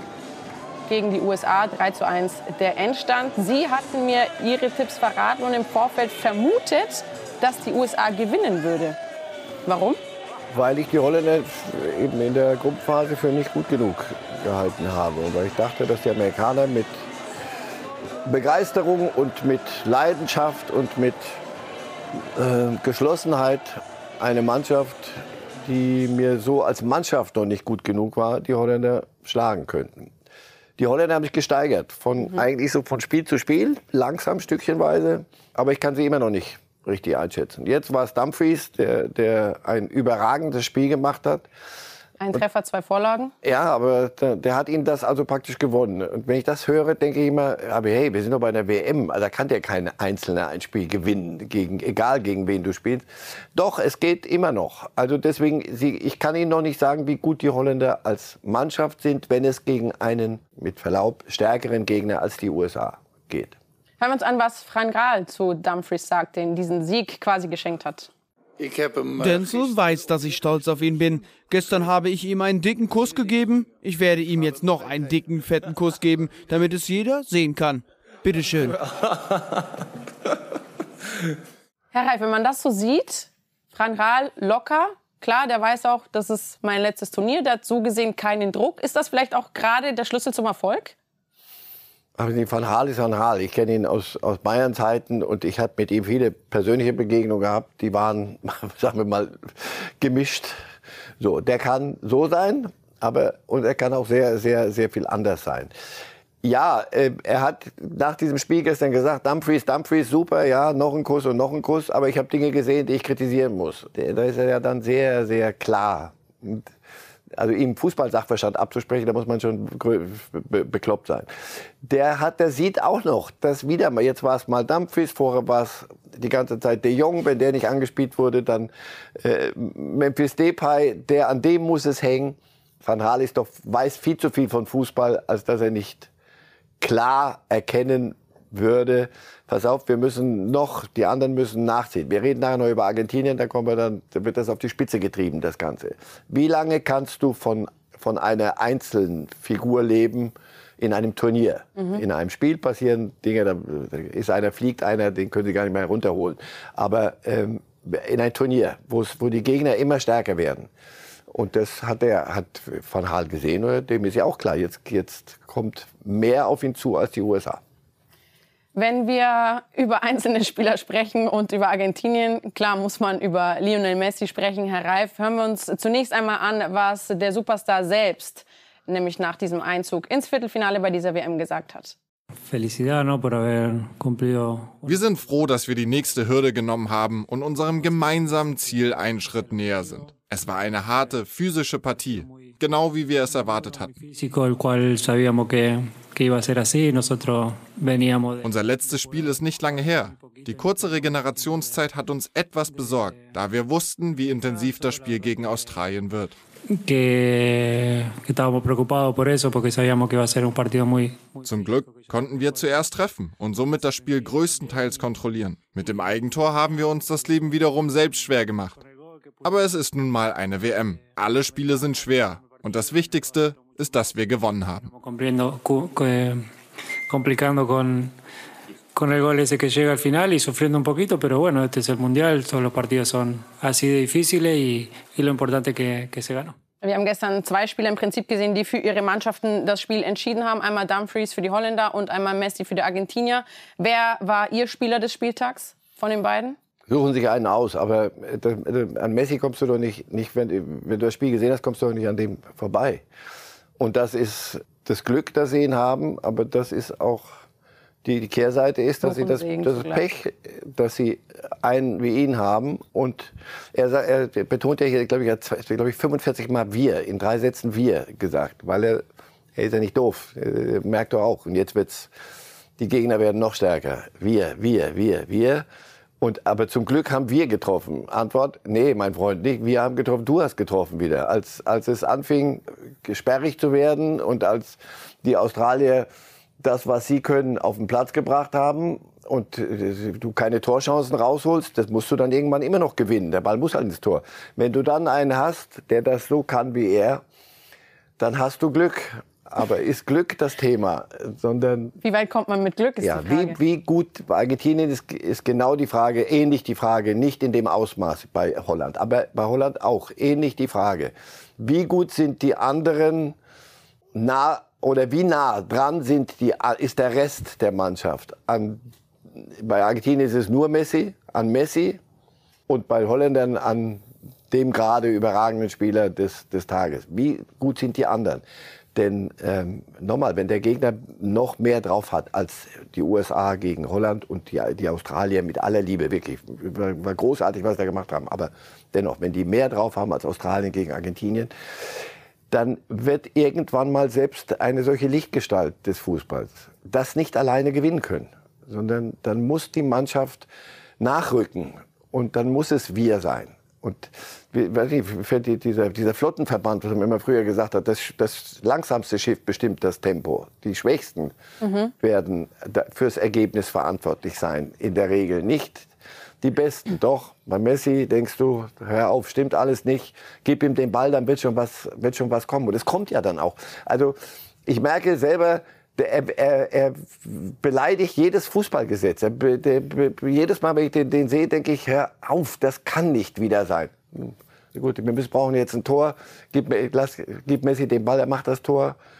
gegen die U S A. drei zu eins der Endstand. Sie hatten mir Ihre Tipps verraten und im Vorfeld vermutet, dass die U S A gewinnen würde. Warum? Weil ich die Holländer eben in der Gruppenphase für nicht gut genug gehalten habe. Und weil ich dachte, dass die Amerikaner mit Begeisterung und mit Leidenschaft und mit äh, Geschlossenheit eine Mannschaft, die mir so als Mannschaft noch nicht gut genug war, die Holländer schlagen könnten. Die Holländer haben sich gesteigert, von mhm. eigentlich so von Spiel zu Spiel, langsam, stückchenweise, aber ich kann sie immer noch nicht richtig einschätzen. Jetzt war es Dumfries, der, der ein überragendes Spiel gemacht hat. Ein Treffer, zwei Vorlagen? Ja, aber der, der hat ihn das also praktisch gewonnen. Und wenn ich das höre, denke ich immer, aber hey, wir sind doch bei einer W M. Also da kann der kein Einzelner ein Spiel gewinnen, gegen, egal gegen wen du spielst. Doch, es geht immer noch. Also deswegen, sie, ich kann Ihnen noch nicht sagen, wie gut die Holländer als Mannschaft sind, wenn es gegen einen, mit Verlaub, stärkeren Gegner als die U S A geht. Hören wir uns an, was Van Gaal zu Dumfries sagt, den diesen Sieg quasi geschenkt hat. Denzel weiß, dass ich stolz auf ihn bin. Gestern habe ich ihm einen dicken Kuss gegeben. Ich werde ihm jetzt noch einen dicken, fetten Kuss geben, damit es jeder sehen kann. Bitte schön. Herr Reif, wenn man das so sieht, Van Gaal locker, klar, der weiß auch, das ist mein letztes Turnier, der hat so gesehen keinen Druck. Ist das vielleicht auch gerade der Schlüssel zum Erfolg? Aber Van Gaal ist Van Gaal. Ich kenne ihn aus, aus Bayern-Zeiten und ich habe mit ihm viele persönliche Begegnungen gehabt. Die waren, sagen wir mal, gemischt. So, der kann so sein, aber und er kann auch sehr, sehr, sehr viel anders sein. Ja, äh, er hat nach diesem Spiel gestern gesagt, Dumfries, Dumfries, super, ja, noch ein Kuss und noch ein Kuss. Aber ich habe Dinge gesehen, die ich kritisieren muss. Da ist er ja dann sehr, sehr klar. Und also ihm Fußball-Sachverstand abzusprechen, da muss man schon be bekloppt sein. Der hat, der sieht auch noch, dass wieder mal, jetzt war es mal Dumfries, vorher war es die ganze Zeit De Jong, wenn der nicht angespielt wurde, dann äh, Memphis Depay, der, an dem muss es hängen. Van Gaal ist doch, weiß viel zu viel von Fußball, als dass er nicht klar erkennen würde, pass auf, wir müssen noch, die anderen müssen nachziehen. Wir reden nachher noch über Argentinien, da kommen wir dann, da wird das auf die Spitze getrieben, das Ganze. Wie lange kannst du von, von einer einzelnen Figur leben in einem Turnier? Mhm. In einem Spiel passieren Dinge, da ist einer, fliegt einer, den können sie gar nicht mehr runterholen. Aber ähm, in ein Turnier, wo die Gegner immer stärker werden. Und das hat er, hat Van Gaal gesehen, oder? Dem ist ja auch klar, jetzt, jetzt kommt mehr auf ihn zu als die U S A. Wenn wir über einzelne Spieler sprechen und über Argentinien, klar muss man über Lionel Messi sprechen. Herr Reif, hören wir uns zunächst einmal an, was der Superstar selbst, nämlich nach diesem Einzug ins Viertelfinale bei dieser W M gesagt hat. Wir sind froh, dass wir die nächste Hürde genommen haben und unserem gemeinsamen Ziel einen Schritt näher sind. Es war eine harte, physische Partie, genau wie wir es erwartet hatten. Unser letztes Spiel ist nicht lange her. Die kurze Regenerationszeit hat uns etwas besorgt, da wir wussten, wie intensiv das Spiel gegen Australien wird. Zum Glück konnten wir zuerst treffen und somit das Spiel größtenteils kontrollieren. Mit dem Eigentor haben wir uns das Leben wiederum selbst schwer gemacht. Aber es ist nun mal eine W M. Alle Spiele sind schwer. Und das Wichtigste ist, dass wir gewonnen haben. Con el gol ese que llega al final y sufriendo un poquito, pero bueno, este es el Mundial, todos los partidos son así de difíciles y, y lo importante que, que se ganó. Wir haben gestern zwei Spieler im Prinzip gesehen, die für ihre Mannschaften das Spiel entschieden haben. Einmal Dumfries für die Holländer und einmal Messi für die Argentinier. Wer war Ihr Spieler des Spieltags von den beiden? Suchen sich einen aus, aber an Messi kommst du doch nicht, nicht wenn, wenn du das Spiel gesehen hast, kommst du doch nicht an dem vorbei. Und das ist das Glück, das sie ihn haben, aber das ist auch die, die Kehrseite ist, dass sie das, das Pech, dass sie einen wie ihn haben. Und er, er betont ja hier, glaube ich, glaube ich, fünfundvierzig Mal wir, in drei Sätzen wir gesagt, weil er, er ist ja nicht doof, er merkt doch auch. Und jetzt wird's, die Gegner werden noch stärker. Wir, wir, wir, wir. Und, aber zum Glück haben wir getroffen. Antwort, nee, mein Freund, nicht. Wir haben getroffen, du hast getroffen wieder. Als, als es anfing, sperrig zu werden und als die Australier das, was sie können, auf den Platz gebracht haben und du keine Torchancen rausholst, das musst du dann irgendwann immer noch gewinnen. Der Ball muss halt ins Tor. Wenn du dann einen hast, der das so kann wie er, dann hast du Glück. Aber ist Glück das Thema? Sondern wie weit kommt man mit Glück, ist ja, die Frage. Wie, wie gut bei Argentinien ist, ist genau die Frage, ähnlich die Frage, nicht in dem Ausmaß bei Holland, aber bei Holland auch ähnlich die Frage. Wie gut sind die anderen nah oder wie nah dran sind die, ist der Rest der Mannschaft? An, bei Argentinien ist es nur Messi, an Messi und bei Holländern an dem gerade überragenden Spieler des, des Tages. Wie gut sind die anderen? Denn ähm, nochmal, wenn der Gegner noch mehr drauf hat als die U S A gegen Holland und die, die Australier mit aller Liebe, wirklich, war, war großartig, was sie da gemacht haben. Aber dennoch, wenn die mehr drauf haben als Australien gegen Argentinien, dann wird irgendwann mal selbst eine solche Lichtgestalt des Fußballs das nicht alleine gewinnen können. Sondern dann muss die Mannschaft nachrücken und dann muss es wir sein. Und weiß nicht, dieser, dieser Flottenverband, was man immer früher gesagt hat, das, das langsamste Schiff bestimmt das Tempo. Die Schwächsten mhm. werden fürs Ergebnis verantwortlich sein, in der Regel nicht die Besten. Doch, bei Messi denkst du, hör auf, stimmt alles nicht, gib ihm den Ball, dann wird schon was, wird schon was kommen. Und es kommt ja dann auch. Also ich merke selber, Er, er, er beleidigt jedes Fußballgesetz. Er, der, jedes Mal, wenn ich den, den sehe, denke ich, hör auf, das kann nicht wieder sein. Gut, wir brauchen jetzt ein Tor. Gib, lass, gib Messi den Ball, er macht das Tor.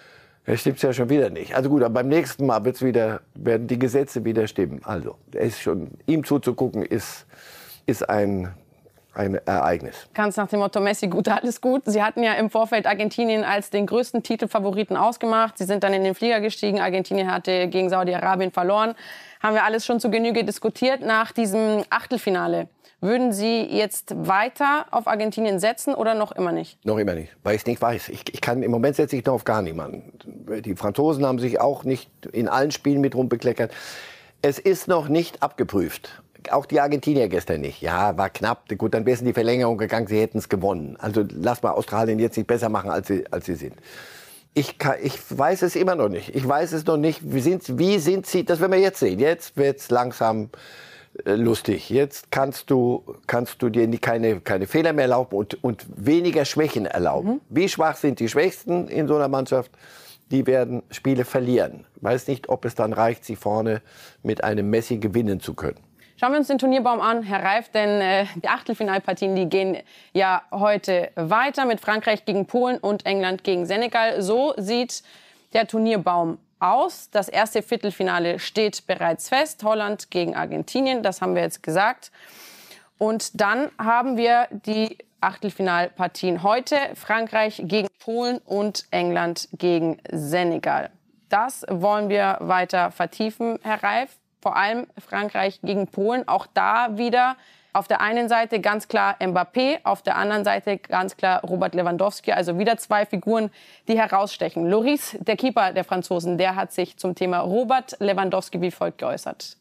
Das stimmt ja schon wieder nicht. Also gut, aber beim nächsten Mal wird's wieder, werden die Gesetze wieder stimmen. Also, ist schon, ihm zuzugucken, ist, ist ein, ein Ereignis. Ganz nach dem Motto Messi, gut, alles gut. Sie hatten ja im Vorfeld Argentinien als den größten Titelfavoriten ausgemacht. Sie sind dann in den Flieger gestiegen. Argentinien hatte gegen Saudi-Arabien verloren. Haben wir alles schon zu Genüge diskutiert. Nach diesem Achtelfinale, würden Sie jetzt weiter auf Argentinien setzen oder noch immer nicht? Noch immer nicht, weil ich es nicht weiß. Ich, ich kann, im Moment setze ich noch auf gar niemanden. Die Franzosen haben sich auch nicht in allen Spielen mit rumbekleckert. Es ist noch nicht abgeprüft. Auch die Argentinier gestern nicht. Ja, war knapp. Gut, dann wäre es in die Verlängerung gegangen, sie hätten es gewonnen. Also lass mal Australien jetzt nicht besser machen, als sie, als sie sind. Ich, kann, ich weiß es immer noch nicht. Ich weiß es noch nicht. Wie sind, wie sind sie, das werden wir jetzt sehen. Jetzt wird es langsam äh, lustig. Jetzt kannst du, kannst du dir nie, keine, keine Fehler mehr erlauben und, und weniger Schwächen erlauben. Mhm. Wie schwach sind die Schwächsten in so einer Mannschaft? Die werden Spiele verlieren. Weiß nicht, ob es dann reicht, sie vorne mit einem Messi gewinnen zu können. Schauen wir uns den Turnierbaum an, Herr Reif, denn äh, die Achtelfinalpartien, die gehen ja heute weiter mit Frankreich gegen Polen und England gegen Senegal. So sieht der Turnierbaum aus. Das erste Viertelfinale steht bereits fest, Holland gegen Argentinien, das haben wir jetzt gesagt. Und dann haben wir die Achtelfinalpartien heute, Frankreich gegen Polen und England gegen Senegal. Das wollen wir weiter vertiefen, Herr Reif. Vor allem Frankreich gegen Polen. Auch da wieder auf der einen Seite ganz klar Mbappé, auf der anderen Seite ganz klar Robert Lewandowski. Also wieder zwei Figuren, die herausstechen. Lloris, der Keeper der Franzosen, der hat sich zum Thema Robert Lewandowski wie folgt geäußert.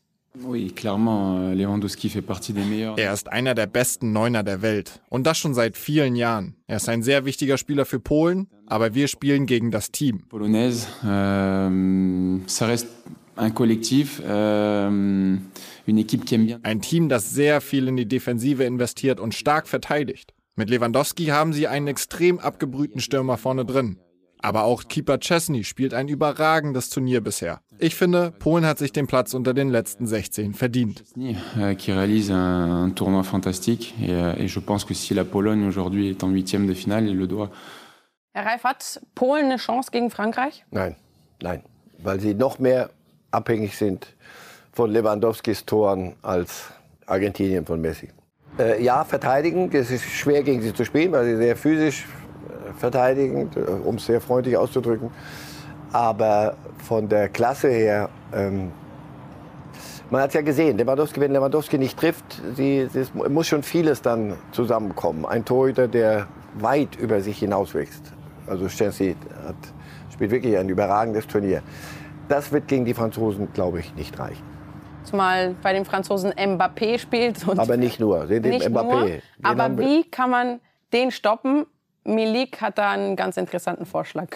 Er ist einer der besten Neuner der Welt. Und das schon seit vielen Jahren. Er ist ein sehr wichtiger Spieler für Polen, aber wir spielen gegen das Team. Polonaise, euh, ça reste un collectif, euh, une équipe qui aime bien. Ein Team, das sehr viel in die Defensive investiert und stark verteidigt. Mit Lewandowski haben sie einen extrem abgebrühten Stürmer vorne drin. Aber auch Keeper Szczesny spielt ein überragendes Turnier bisher. Ich finde, Polen hat sich den Platz unter den letzten sechzehn verdient. Qui réalise un tournoi fantastique et je pense que si la Pologne aujourd'hui est en huitième de finale, elle le doit. Herr Reif, hat Polen eine Chance gegen Frankreich? Nein, nein, weil sie noch mehr abhängig sind von Lewandowskis Toren als Argentinien von Messi. Äh, ja, verteidigen, es ist schwer gegen sie zu spielen, weil sie sehr physisch äh, verteidigen, äh, um es sehr freundlich auszudrücken. Aber von der Klasse her, ähm, man hat es ja gesehen, Lewandowski, wenn Lewandowski nicht trifft, sie, es muss schon vieles dann zusammenkommen. Ein Torhüter, der weit über sich hinauswächst. Also Szczesny hat, spielt wirklich ein überragendes Turnier. Das wird gegen die Franzosen, glaube ich, nicht reichen. Zumal bei den Franzosen Mbappé spielt. Und aber nicht nur. Nicht Mbappé. Nur, aber wie kann man den stoppen? Milik hat da einen ganz interessanten Vorschlag.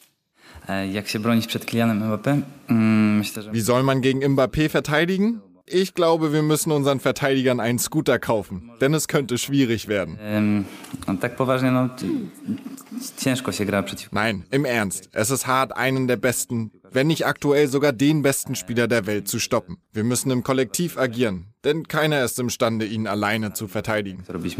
Wie soll man gegen Mbappé verteidigen? Ich glaube, wir müssen unseren Verteidigern einen Scooter kaufen, denn es könnte schwierig werden. Nein, im Ernst. Es ist hart, einen der besten, wenn nicht aktuell sogar den besten Spieler der Welt zu stoppen. Wir müssen im Kollektiv agieren, denn keiner ist imstande, ihn alleine zu verteidigen.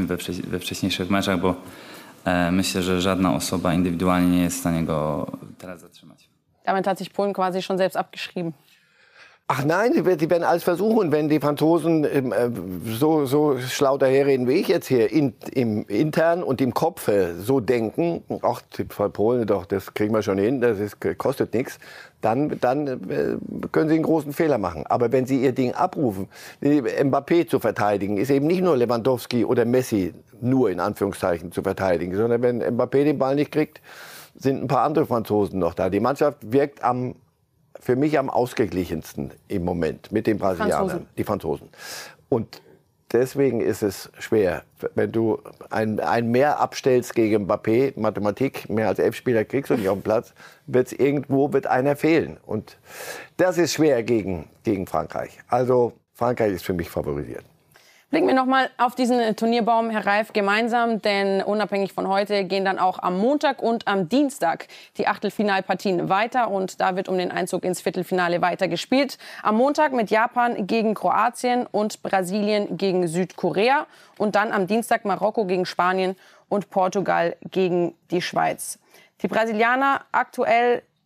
Damit hat sich Polen quasi schon selbst abgeschrieben. Ach nein, sie werden alles versuchen, wenn die Franzosen äh, so, so schlau daherreden wie ich jetzt hier, in, im intern und im Kopf so denken, ach, die Polen, doch, das kriegen wir schon hin, das ist, kostet nichts, dann, dann äh, können sie einen großen Fehler machen. Aber wenn sie ihr Ding abrufen, Mbappé zu verteidigen, ist eben nicht nur Lewandowski oder Messi nur in Anführungszeichen zu verteidigen, sondern wenn Mbappé den Ball nicht kriegt, sind ein paar andere Franzosen noch da. Die Mannschaft wirkt am für mich am ausgeglichensten im Moment mit den Brasilianern, Franzosen. die Franzosen. Und deswegen ist es schwer. Wenn du ein, ein Mehr abstellst gegen Mbappé, Mathematik, mehr als elf Spieler kriegst du nicht auf dem Platz, wird's irgendwo wird einer fehlen. Und das ist schwer gegen, gegen Frankreich. Also Frankreich ist für mich favorisiert. Blicken wir noch mal auf diesen Turnierbaum, Herr Reif, gemeinsam, denn unabhängig von heute gehen dann auch am Montag und am Dienstag die Achtelfinalpartien weiter und da wird um den Einzug ins Viertelfinale weiter gespielt. Am Montag mit Japan gegen Kroatien und Brasilien gegen Südkorea und dann am Dienstag Marokko gegen Spanien und Portugal gegen die Schweiz. Die Brasilianer aktuell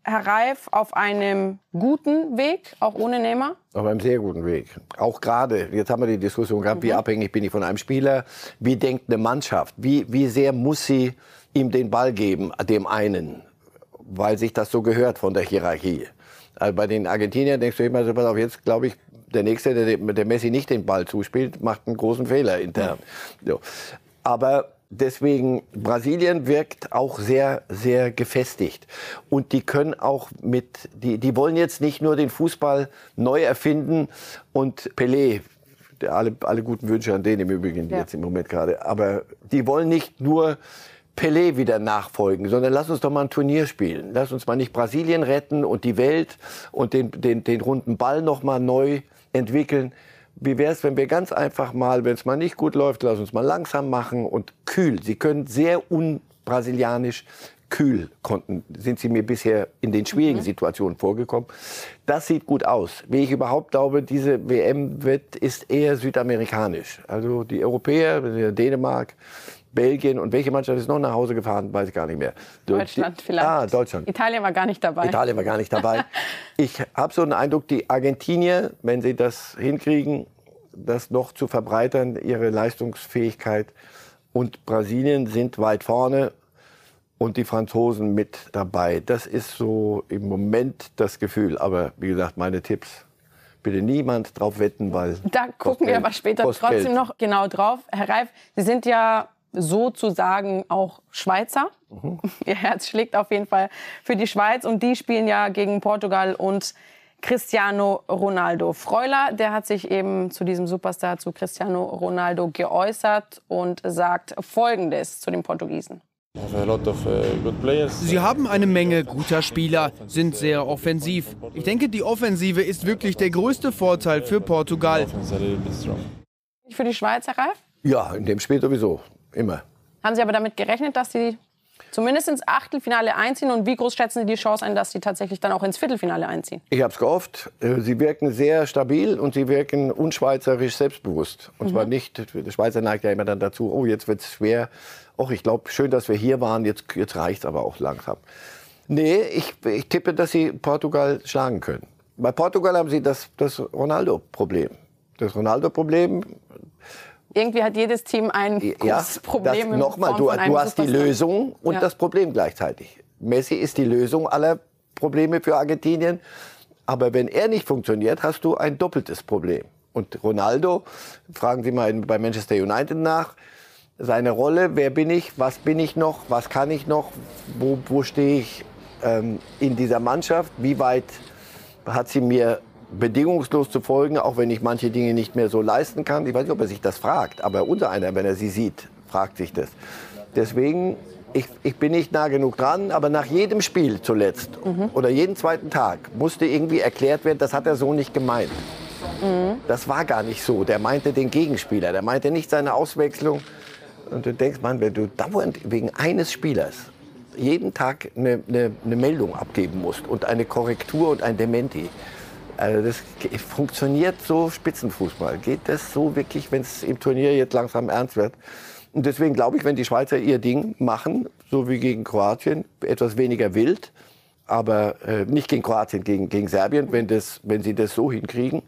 Herr Reif, auf einem guten Weg, auch ohne Neymar? Auf einem sehr guten Weg. Auch gerade, jetzt haben wir die Diskussion gehabt, mhm. wie abhängig bin ich von einem Spieler, wie denkt eine Mannschaft, wie, wie sehr muss sie ihm den Ball geben, dem einen, weil sich das so gehört von der Hierarchie. Also bei den Argentiniern denkst du immer, pass auf, jetzt glaube ich, der Nächste, der, der Messi nicht den Ball zuspielt, macht einen großen Fehler intern. Mhm. So. Aber deswegen, Brasilien wirkt auch sehr, sehr gefestigt. Und die können auch mit, die, die wollen jetzt nicht nur den Fußball neu erfinden und Pelé, alle, alle guten Wünsche an den im Übrigen ja. jetzt im Moment gerade, aber die wollen nicht nur Pelé wieder nachfolgen, sondern lass uns doch mal ein Turnier spielen. Lass uns mal nicht Brasilien retten und die Welt und den, den, den runden Ball noch mal neu entwickeln. Wie wäre es, wenn wir ganz einfach mal, wenn es mal nicht gut läuft, lass uns mal langsam machen und kühl. Sie können sehr unbrasilianisch kühl, konnten, sind sie mir bisher in den schwierigen Situationen vorgekommen. Das sieht gut aus. Wie ich überhaupt glaube, diese W M wird, ist eher südamerikanisch. Also die Europäer, Dänemark, Belgien und welche Mannschaft ist noch nach Hause gefahren, weiß ich gar nicht mehr. Deutschland vielleicht. Ah, Deutschland. Italien war gar nicht dabei. Italien war gar nicht dabei. Ich habe so den Eindruck, die Argentinier, wenn sie das hinkriegen, das noch zu verbreitern, ihre Leistungsfähigkeit, und Brasilien sind weit vorne und die Franzosen mit dabei. Das ist so im Moment das Gefühl. Aber wie gesagt, meine Tipps, bitte niemand drauf wetten, weil... Da gucken wir aber später trotzdem noch genau drauf. Herr Reif, Sie sind ja sozusagen auch Schweizer. Mhm. Ihr Herz schlägt auf jeden Fall für die Schweiz. Und die spielen ja gegen Portugal und Cristiano Ronaldo. Freuler, der hat sich eben zu diesem Superstar, zu Cristiano Ronaldo geäußert und sagt Folgendes zu den Portugiesen. Sie haben eine Menge guter Spieler, sind sehr offensiv. Ich denke, die Offensive ist wirklich der größte Vorteil für Portugal. Für die Schweiz, Herr Reif? Ja, in dem Spiel sowieso. Immer. Haben Sie aber damit gerechnet, dass Sie zumindest ins Achtelfinale einziehen? Und wie groß schätzen Sie die Chance ein, dass Sie tatsächlich dann auch ins Viertelfinale einziehen? Ich habe es gehofft. Sie wirken sehr stabil und sie wirken unschweizerisch selbstbewusst. Und mhm. zwar nicht, der Schweizer neigt ja immer dann dazu, oh, jetzt wird es schwer. Och, ich glaube, schön, dass wir hier waren, jetzt, jetzt reicht es aber auch langsam. Nee, ich, ich tippe, dass sie Portugal schlagen können. Bei Portugal haben sie das, das Ronaldo-Problem. Das Ronaldo-Problem... Irgendwie hat jedes Team ein großes ja, Problem. Nochmal, du, du hast die Lösung und ja. das Problem gleichzeitig. Messi ist die Lösung aller Probleme für Argentinien. Aber wenn er nicht funktioniert, hast du ein doppeltes Problem. Und Ronaldo, fragen Sie mal bei Manchester United nach, seine Rolle, wer bin ich, was bin ich noch, was kann ich noch, wo, wo stehe ich ähm, in dieser Mannschaft, wie weit hat sie mir bedingungslos zu folgen, auch wenn ich manche Dinge nicht mehr so leisten kann. Ich weiß nicht, ob er sich das fragt, aber unser einer, wenn er sie sieht, fragt sich das. Deswegen, ich, ich bin nicht nah genug dran, aber nach jedem Spiel zuletzt mhm. oder jeden zweiten Tag musste irgendwie erklärt werden, das hat er so nicht gemeint. Mhm. Das war gar nicht so. Der meinte den Gegenspieler, der meinte nicht seine Auswechslung. Und du denkst, Mann, wenn du dauernd wegen eines Spielers jeden Tag eine, eine, eine Meldung abgeben musst und eine Korrektur und ein Dementi, also das funktioniert so Spitzenfußball. Geht das so wirklich, wenn es im Turnier jetzt langsam ernst wird? Und deswegen glaube ich, wenn die Schweizer ihr Ding machen, so wie gegen Kroatien, etwas weniger wild, aber äh, nicht gegen Kroatien, gegen, gegen Serbien, wenn, das, wenn sie das so hinkriegen,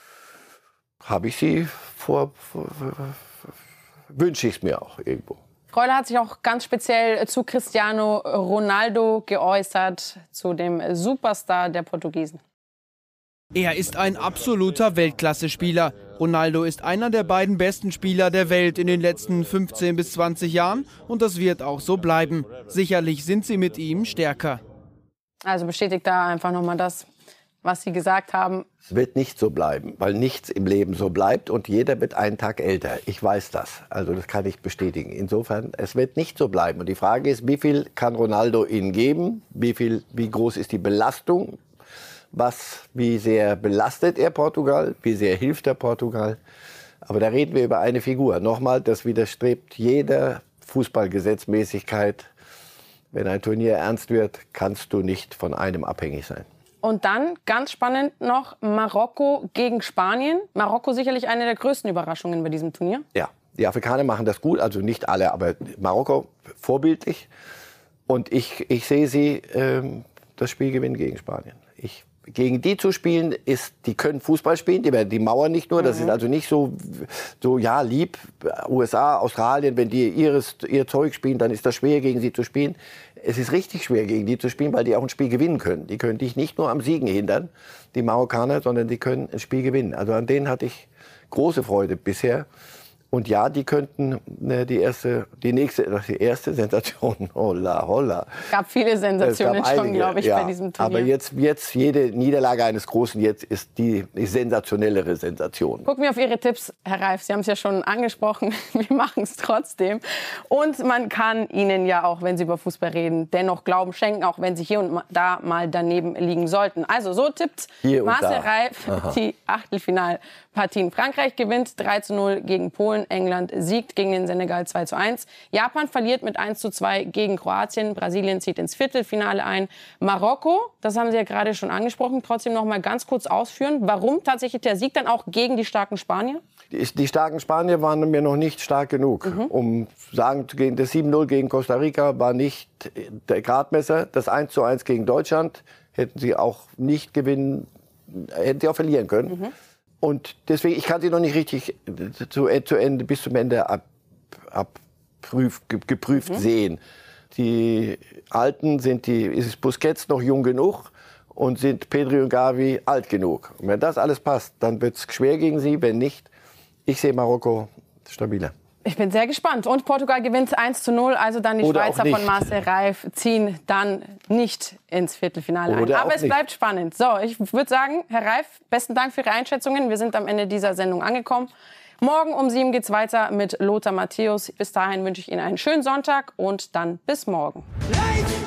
habe ich sie vor, vor, vor wünsche ich es mir auch irgendwo. Freuler hat sich auch ganz speziell zu Cristiano Ronaldo geäußert, zu dem Superstar der Portugiesen. Er ist ein absoluter Weltklasse-Spieler. Ronaldo ist einer der beiden besten Spieler der Welt in den letzten fünfzehn bis zwanzig Jahren und das wird auch so bleiben. Sicherlich sind sie mit ihm stärker. Also bestätigt da einfach nochmal das, was Sie gesagt haben. Es wird nicht so bleiben, weil nichts im Leben so bleibt und jeder wird einen Tag älter. Ich weiß das, also das kann ich bestätigen. Insofern, es wird nicht so bleiben. Und die Frage ist, wie viel kann Ronaldo Ihnen geben? Wie viel, wie groß ist die Belastung? Was, wie sehr belastet er Portugal? Wie sehr hilft er Portugal? Aber da reden wir über eine Figur. Nochmal, das widerstrebt jeder Fußballgesetzmäßigkeit. Wenn ein Turnier ernst wird, kannst du nicht von einem abhängig sein. Und dann, ganz spannend noch, Marokko gegen Spanien. Marokko sicherlich eine der größten Überraschungen bei diesem Turnier. Ja, die Afrikaner machen das gut, also nicht alle, aber Marokko vorbildlich. Und ich, ich sehe sie ähm, das Spiel gewinnen gegen Spanien. Ich, gegen die zu spielen, ist, die können Fußball spielen, die, die mauern nicht nur. Das mhm. ist also nicht so, so, ja, lieb. U S A, Australien, wenn die ihres, ihr Zeug spielen, dann ist das schwer, gegen sie zu spielen. Es ist richtig schwer, gegen die zu spielen, weil die auch ein Spiel gewinnen können. Die können dich nicht nur am Siegen hindern, die Marokkaner, sondern die können ein Spiel gewinnen. Also an denen hatte ich große Freude bisher. Und ja, die könnten ne, die erste, die nächste, die erste Sensation, holla, holla. Es gab viele Sensationen gab schon, glaube ich, ja, bei diesem Turnier. Aber jetzt, jetzt, jede Niederlage eines Großen jetzt ist die, die sensationellere Sensation. Gucken wir auf Ihre Tipps, Herr Reif. Sie haben es ja schon angesprochen. Wir machen es trotzdem. Und man kann Ihnen ja auch, wenn Sie über Fußball reden, dennoch Glauben schenken, auch wenn Sie hier und da mal daneben liegen sollten. Also so tippt Marcel Reif Aha. die Achtelfinalpartien. Frankreich gewinnt drei zu null gegen Polen. England siegt gegen den Senegal zwei zu eins. Japan verliert mit eins zu zwei gegen Kroatien. Brasilien zieht ins Viertelfinale ein. Marokko, das haben Sie ja gerade schon angesprochen, trotzdem noch mal ganz kurz ausführen. Warum tatsächlich der Sieg dann auch gegen die starken Spanier? Die, die starken Spanier waren mir noch nicht stark genug, mhm. um sagen zu gehen, das sieben null gegen Costa Rica war nicht der Gradmesser. Das eins zu eins gegen Deutschland hätten sie auch nicht gewinnen, hätten sie auch verlieren können. Mhm. Und deswegen, ich kann sie noch nicht richtig zu, zu Ende, bis zum Ende ab, abprüf, geprüft mhm. sehen. Die Alten sind die, ist Busquets noch jung genug und sind Pedri und Gavi alt genug. Und wenn das alles passt, dann wird es schwer gegen sie. Wenn nicht, ich sehe Marokko stabiler. Ich bin sehr gespannt. Und Portugal gewinnt eins zu null. Also dann die Oder Schweizer von Marcel Reif ziehen dann nicht ins Viertelfinale Oder ein. Aber es nicht. bleibt spannend. So, ich würde sagen, Herr Reif, besten Dank für Ihre Einschätzungen. Wir sind am Ende dieser Sendung angekommen. Morgen um sieben geht's weiter mit Lothar Matthäus. Bis dahin wünsche ich Ihnen einen schönen Sonntag und dann bis morgen.